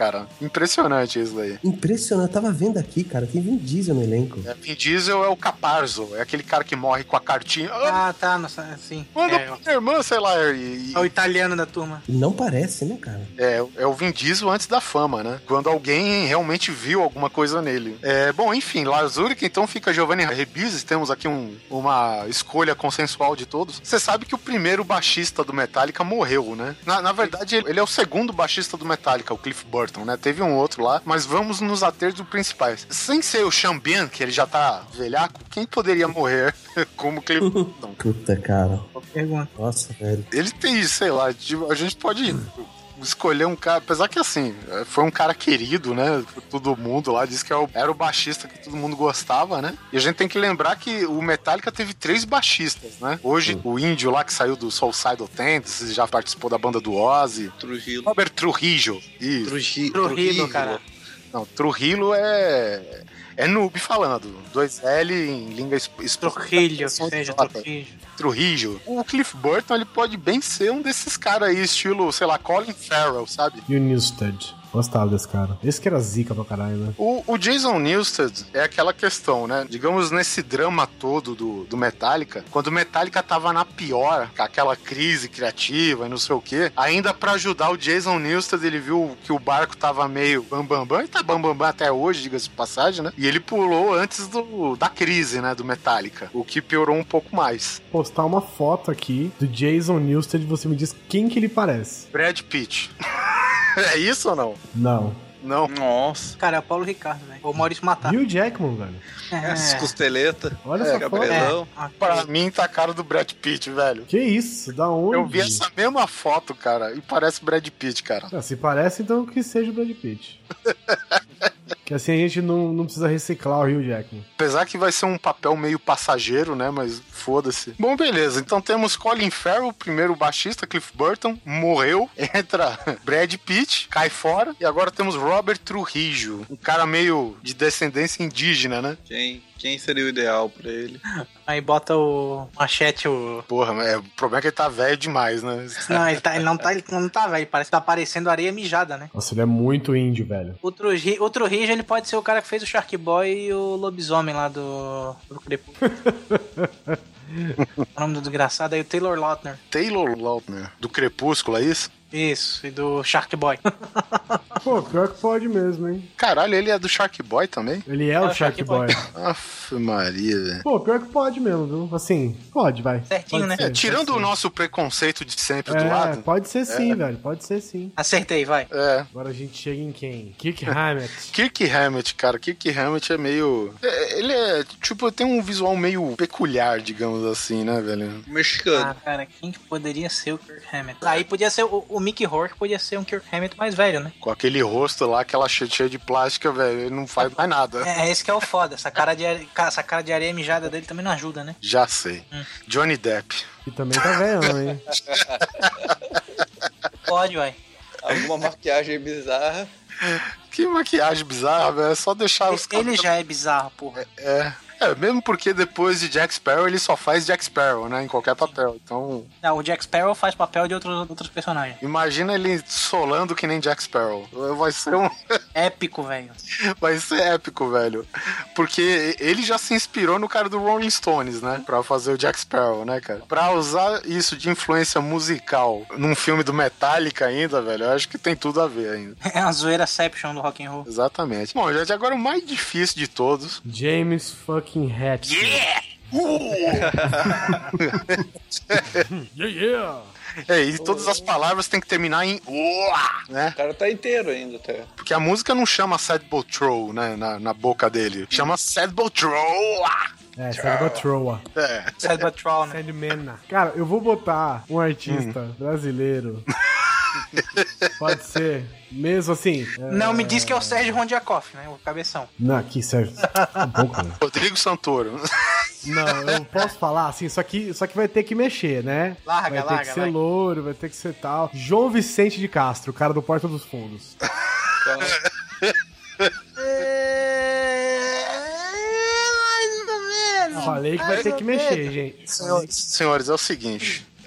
cara. Impressionante isso daí. Impressionante, eu tava vendo aqui, cara, tem Vin Diesel no elenco. É, Vin Diesel é o Caparzo, é aquele cara que morre com a cartinha. Ah, Ah, tá, nossa, sim. manda É, pra minha irmã, sei lá. E, é o italiano da turma. Não parece, né, cara? É, é o Vin Diesel antes da fama, né? Quando alguém realmente viu alguma coisa nele. É, bom, enfim, Lars Ulrich, então fica Giovanni Ribisi, temos aqui um, uma escolha consensual de todos. Você sabe que o primeiro baixista do Metallica morreu, né? Na, na verdade, ele é o segundo baixista do Metallica, o Cliff Burton, né? Teve um outro lá, mas vamos nos ater dos principais. Sem ser o Sean Bean, que ele já tá velhaco, quem poderia morrer como Cliff Burton? Puta, cara. Pergunta. Nossa, velho. Ele tem, sei lá, tipo, a gente pode escolher um cara, apesar que assim, foi um cara querido, né, por todo mundo lá, disse que era o, era o baixista que todo mundo gostava, né, e a gente tem que lembrar que o Metallica teve três baixistas, né, hoje o índio lá que saiu do Soulside Tendencies, já participou da banda do Ozzy, Trujillo. Robert Trujillo, isso. Trujillo. Trujillo, cara. Não, Trujillo é é noob falando, dois L em língua es- Trujillo, expressão seja idiota. Trujillo. Trujillo. O Cliff Burton, ele pode bem ser um desses caras aí, estilo, sei lá, Colin Farrell, sabe? E o Newsted. Gostava desse cara. Esse que era zica pra caralho, né? O, o Jason Newsted é aquela questão, né? Digamos, nesse drama todo do, do Metallica, quando o Metallica tava na pior, com aquela crise criativa e não sei o quê, ainda pra ajudar o Jason Newsted, ele viu que o barco tava meio bambambam, bam, bam, e tá bambambam bam, bam até hoje, diga-se de passagem, né? E ele pulou antes do, da crise, né? Do Metallica, o que piorou um pouco mais. Postar uma foto aqui do Jason Newsted e você me diz quem que ele parece. Brad Pitt. É isso ou não? Não. Não. Nossa. Cara, é o Paulo Ricardo, velho. Ou Maurício Matar. Hugh Jackman, velho. Essas costeletas. Olha é, essa foto. cabelão. É. Pra mim tá a cara do Brad Pitt, velho. Que isso? Da onde? Eu vi essa mesma foto, cara, e parece Brad Pitt, cara. Ah, se parece, então que seja o Brad Pitt. Que assim a gente não, não precisa reciclar o Hugh Jackman. Apesar que vai ser um papel meio passageiro, né? Mas foda-se. Bom, beleza. Então temos Colin Farrell, o primeiro baixista, Cliff Burton, morreu. Entra Brad Pitt, cai fora. E agora temos Robert Trujillo, um cara meio de descendência indígena, né? Quem, quem seria o ideal pra ele? Aí bota o machete, o... Porra, mas é, o problema é que ele tá velho demais, né? Não, ele, tá, ele não tá, ele não tá, velho. Parece que tá parecendo areia mijada, né? Nossa, ele é muito índio, velho. O Trujillo, o Trujillo, ele pode ser o cara que fez o Shark Boy e o lobisomem lá do, do Crepúsculo. O nome do desgraçado é o Taylor Lautner. Taylor Lautner, do Crepúsculo, é isso? Isso, e do Shark Boy. Pô, pior que pode mesmo, hein? Caralho, ele é do Shark Boy também? Ele é, é o Shark, Shark Boy. Boy. Aff, Maria, velho. Pô, pior que pode mesmo, viu? Assim, pode, vai. Certinho, pode né? Ser, é, tirando o ser. nosso preconceito de sempre é, do lado. Pode ser sim, é. velho. Pode ser sim. Acertei, vai. É. Agora a gente chega em quem? Kirk Hammett. Kirk Hammett, cara. Kirk Hammett é meio... É, ele é, tipo, tem um visual meio peculiar, digamos assim, né, velho? Mexicano. Ah, cara, quem que poderia ser o Kirk Hammett? Aí podia ser o, o Mickey Rourke, podia ser um Kirk Hammett mais velho, né? Com aquele rosto lá, aquela cheia de plástica, velho, ele não faz mais nada. É, esse que é o foda. Essa cara de, are... essa cara de areia mijada dele também não ajuda, né? Já sei. Hum. Johnny Depp. Que também tá velho, hein? Pode, vai. Alguma maquiagem bizarra. Que maquiagem bizarra, velho. É só deixar os Ele já é bizarro, porra. É. É, mesmo porque depois de Jack Sparrow, ele só faz Jack Sparrow, né? Em qualquer papel. Então. Não, o Jack Sparrow faz papel de outros, outros personagens. Imagina ele solando que nem Jack Sparrow. Vai ser um. Épico, velho. Vai ser épico, velho. Porque ele já se inspirou no cara do Rolling Stones, né? Pra fazer o Jack Sparrow, né, cara? Pra usar isso de influência musical num filme do Metallica ainda, velho, eu acho que tem tudo a ver ainda. É uma zoeiraception do rock and roll. Exatamente. Bom, gente, agora o mais difícil de todos. James fucking Hetfield. Yeah! Uh! yeah, yeah! É, e todas as palavras tem que terminar em uá, né? O cara tá inteiro ainda, até. Porque a música não chama Sad Botrow, né, na, na boca dele. Chama Sad Botrow. É, Sad Botrow. É. Sad Botrow, né? Sadmana. Cara, eu vou botar um artista hum. brasileiro. Pode ser. Mesmo assim. Não, é... me diz que é o Sérgio Rondiakoff, né? O cabeção. Não, aqui, Sérgio. Um pouco, né? Rodrigo Santoro. Não, eu posso falar assim, só que, só que vai ter que mexer, né? Larga, vai ter larga, que ser vai. louro, vai ter que ser tal. João Vicente de Castro, o cara do Porta dos Fundos. Mais ou menos. Falei que vai ter que mexer, gente. Senhores, senhores, é o seguinte. É,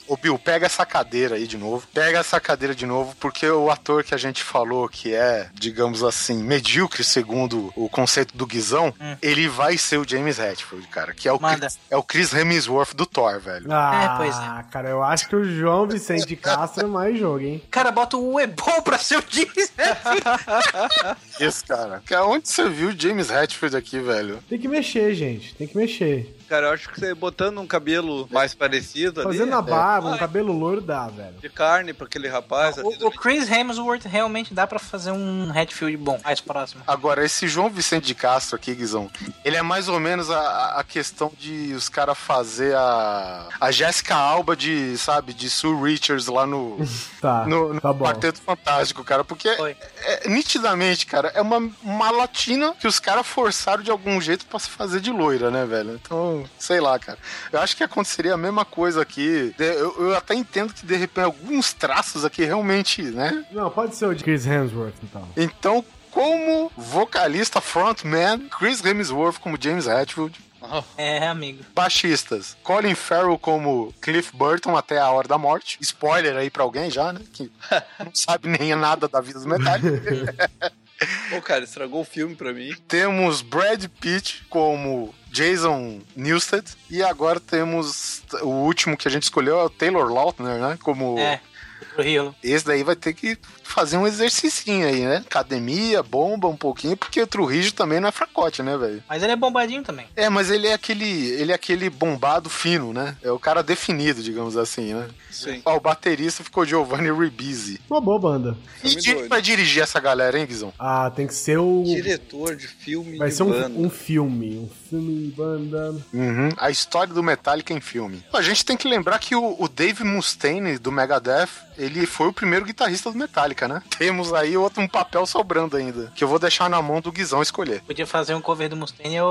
Ô, Bill, pega essa cadeira aí de novo. Pega essa cadeira de novo, porque o ator que a gente falou que é, digamos assim, medíocre, segundo o conceito do Guizão, hum. ele vai ser o James Hetfield, cara, que é o, Chris, é o Chris Hemsworth do Thor, velho. Ah, é, pois é. Cara, eu acho que o João Vicente de Castro é mais jogo, hein? Cara, bota o Ebol pra ser o James Hetfield. Isso, cara. Onde você viu o James Hetfield aqui, velho? Tem que mexer, gente. Tem que mexer. Cara, eu acho que você botando um cabelo mais parecido ali... Fazendo a barba, é. um cabelo loiro dá, velho. De carne pra aquele rapaz... O, o Chris Hemsworth realmente dá pra fazer um Hetfield bom, mais próximo. Agora, esse João Vicente de Castro aqui, Guizão, ele é mais ou menos a, a questão de os caras fazer a... A Jessica Alba de, sabe, de Sue Richards lá no... tá, no, no tá bom. Quarteto Fantástico, cara, porque é, é, nitidamente, cara, é uma, uma latina que os caras forçaram de algum jeito pra se fazer de loira, né, velho? Então... Sei lá, cara. Eu acho que aconteceria a mesma coisa aqui. Eu, eu até entendo que, de repente, alguns traços aqui realmente, né? Não, pode ser o de Chris Hemsworth, então. Então, como vocalista frontman, Chris Hemsworth como James Hetfield. É, amigo. Baixistas, Colin Farrell como Cliff Burton até a hora da morte. Spoiler aí pra alguém já, né? Que não sabe nem nada da vida do Metallica. Pô, cara, estragou o filme pra mim. Temos Brad Pitt como Jason Newsted. E agora temos o último que a gente escolheu, é o Taylor Lautner, né? Como... É, Trujillo. Esse daí vai ter que fazer um exercicinho aí, né? Academia, bomba um pouquinho, porque o Trujillo também não é fracote, né, velho? Mas ele é bombadinho também. É, mas ele é aquele ele é aquele bombado fino, né? É o cara definido, digamos assim, né? Sim. Ó, o baterista ficou Giovanni Ribisi. Uma boa banda. E quem vai dirigir essa galera, hein, Guizão? Ah, tem que ser o... Diretor de filme Vai de ser banda. um, um filme. Um filme, banda... Uhum. A história do Metallica em filme. A gente tem que lembrar que o, o Dave Mustaine, do Megadeth, ele foi o primeiro guitarrista do Metallica, né? Temos aí outro um papel sobrando ainda, que eu vou deixar na mão do Guizão escolher. Podia fazer um cover do Mustaine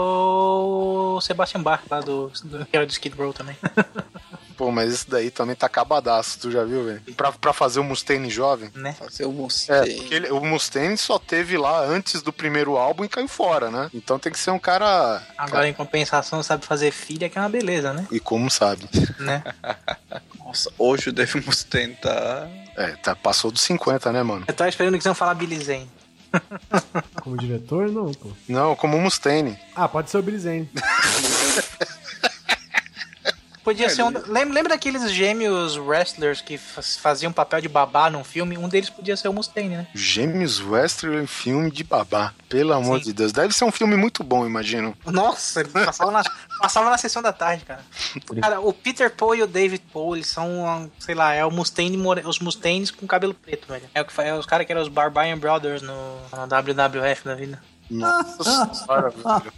ou o Sebastian Bach, lá do, do, que era do Skid Row também. Pô, mas isso daí também tá acabadaço, tu já viu, velho? Pra, pra fazer o Mustaine jovem. Né? Fazer o Mustaine. É, porque ele, o Mustaine só teve lá antes do primeiro álbum e caiu fora, né? Então tem que ser um cara... Agora, cara... em compensação, sabe fazer filha, que é uma beleza, né? E como sabe? Né? Nossa, hoje o Dave Mustaine tá... É, tá, passou dos cinquenta, né, mano? Eu tava esperando que vocês iam falar Billy Zane. Como diretor, não, pô. Não, como Mustaine. Ah, pode ser o Billy Zane. Podia é, ser um... Lembra, lembra daqueles gêmeos wrestlers que faziam papel de babá num filme? Um deles podia ser o Mustaine, né? Gêmeos wrestler em filme de babá. Pelo amor Sim. de Deus. Deve ser um filme muito bom, imagino. Nossa, ele passava na, passava na sessão da tarde, cara. Cara, o Peter Paul e o David Paul, eles são, sei lá, é o Mustaine, os Mustaines com cabelo preto, velho. É, o que, é os caras que eram os Barbarian Brothers no, no W W F da vida. Nossa senhora, velho.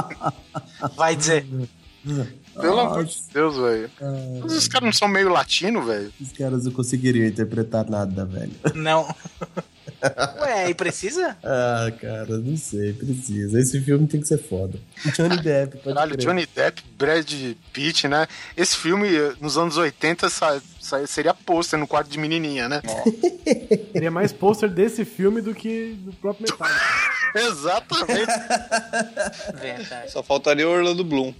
Vai dizer. Pelo Nossa. amor de Deus, velho. Ah, Mas os caras não são meio latino, velho? Os caras não conseguiriam interpretar nada, velho. Não. Ué, e precisa? Ah, cara, não sei, precisa. Esse filme tem que ser foda. Johnny Depp, pode Caralho, crer. Johnny Depp, Brad Pitt, né? Esse filme, nos anos oitenta, sa- sa- seria pôster no quarto de menininha, né? Seria mais pôster desse filme do que do próprio Metallica. Exatamente. Verdade. Só faltaria o Orlando Bloom.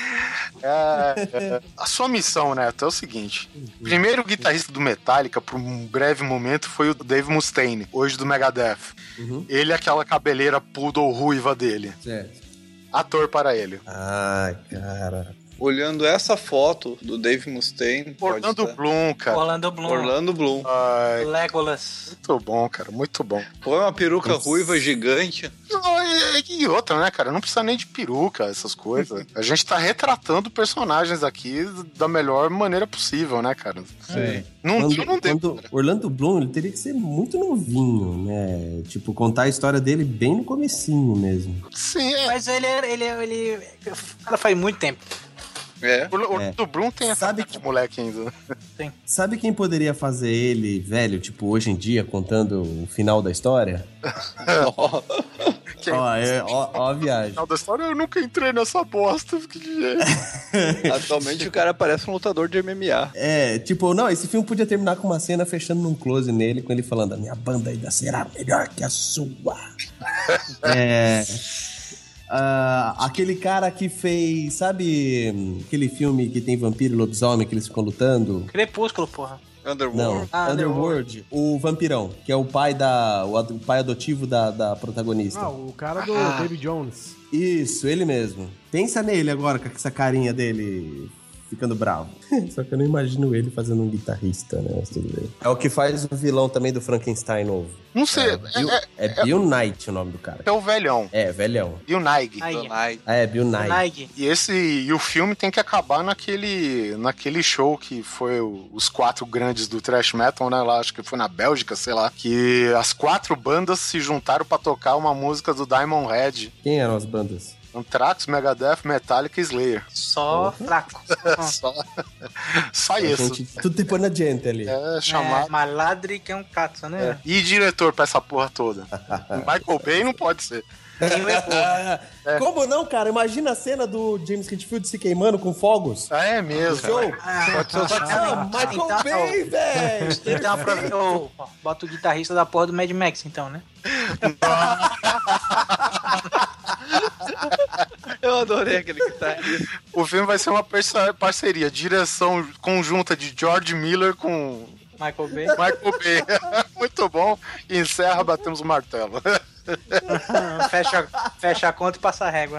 É, é, a sua missão, Neto, é o seguinte. O primeiro guitarrista do Metallica, por um breve momento, foi o Dave Mustaine, hoje do Megadeth. Uhum. Ele é aquela cabeleira poodle ruiva dele. Certo. Ator para ele. Ai, cara. Olhando essa foto do Dave Mustaine... Orlando estar... Bloom, cara. Orlando Bloom. Orlando Bloom. Ai, Legolas. muito bom, cara, muito bom. Põe uma peruca Nossa. ruiva gigante. Não, e, e outra, né, cara? Não precisa nem de peruca, essas coisas. A gente tá retratando personagens aqui da melhor maneira possível, né, cara? Sim. Não, Orlando, não tem. quando, Orlando Bloom, ele teria que ser muito novinho, né? Tipo, contar a história dele bem no comecinho mesmo. Sim, é. Mas ele, ele, ele, cara, faz muito tempo. É. O Orlando é. Bloom tem essa Sabe que... moleque ainda. Sim. Sabe quem poderia fazer ele, velho, tipo, hoje em dia, contando o final da história? Quem? Ó, é, ó, ó a viagem. Final da história, eu nunca entrei nessa bosta. Atualmente o cara parece um lutador de M M A. É, tipo, não, esse filme podia terminar com uma cena fechando num close nele, com ele falando, a minha banda ainda será melhor que a sua. É... Uh, aquele cara que fez, sabe, aquele filme que tem vampiro e lobisomem que eles ficam lutando? Crepúsculo, porra. Underworld. Não, Ah, Underworld. O vampirão, que é o pai da o, ad- o pai adotivo da, da protagonista. Ah, o cara do Ah. David Jones. Isso, ele mesmo. Pensa nele agora com essa carinha dele ficando bravo. Só que eu não imagino ele fazendo um guitarrista, né? Mas tudo bem. É o que faz o vilão também do Frankenstein novo. Não sei. É, Bill, é, é é- Bill Knight o nome do cara. é o velhão. É, velhão. E o Naig. Aí. Donai. Ah, é, Bill Knight. Nike. E esse e o filme tem que acabar naquele naquele show que foi o- os quatro grandes do thrash metal, né? Lá acho que foi na Bélgica, sei lá, que as quatro bandas se juntaram pra tocar uma música do Diamond Head. Quem eram as bandas? Anthrax, Megadeth, Metallica e Slayer. Só fraco. Só, só A isso. gente, tudo tipo na gente ali. É É, chamado. maladre que é um cato, né? E diretor pra essa porra toda? Michael Bay não pode ser. Quem é, porra? Ah, Como não, cara? Imagina a cena do James Hetfield se queimando com fogos. Ah, é mesmo. Show! Ah, Ah, Michael então- Bay, velho! Então, aprove- ô, ó, bota o guitarrista da porra do Mad Max, então, né? Eu adorei aquele guitarrista. O filme vai ser uma persa- parceria, direção conjunta de George Miller com Michael Bay. Michael Bay. Muito bom. E encerra, batemos o martelo. fecha, fecha a conta e passa a régua.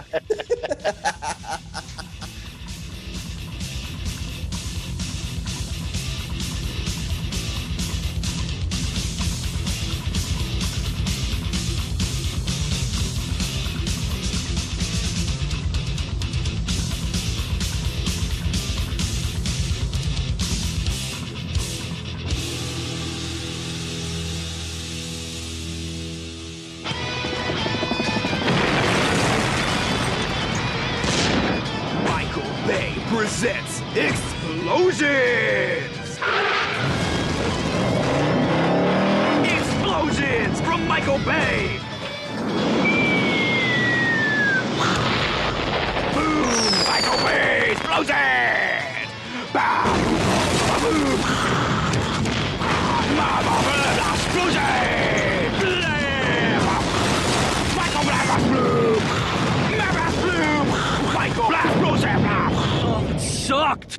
Michael Bay presents Explosions! Explosions from Michael Bay! Boom! Michael Bay explosions! Boom! Boom! Explosion!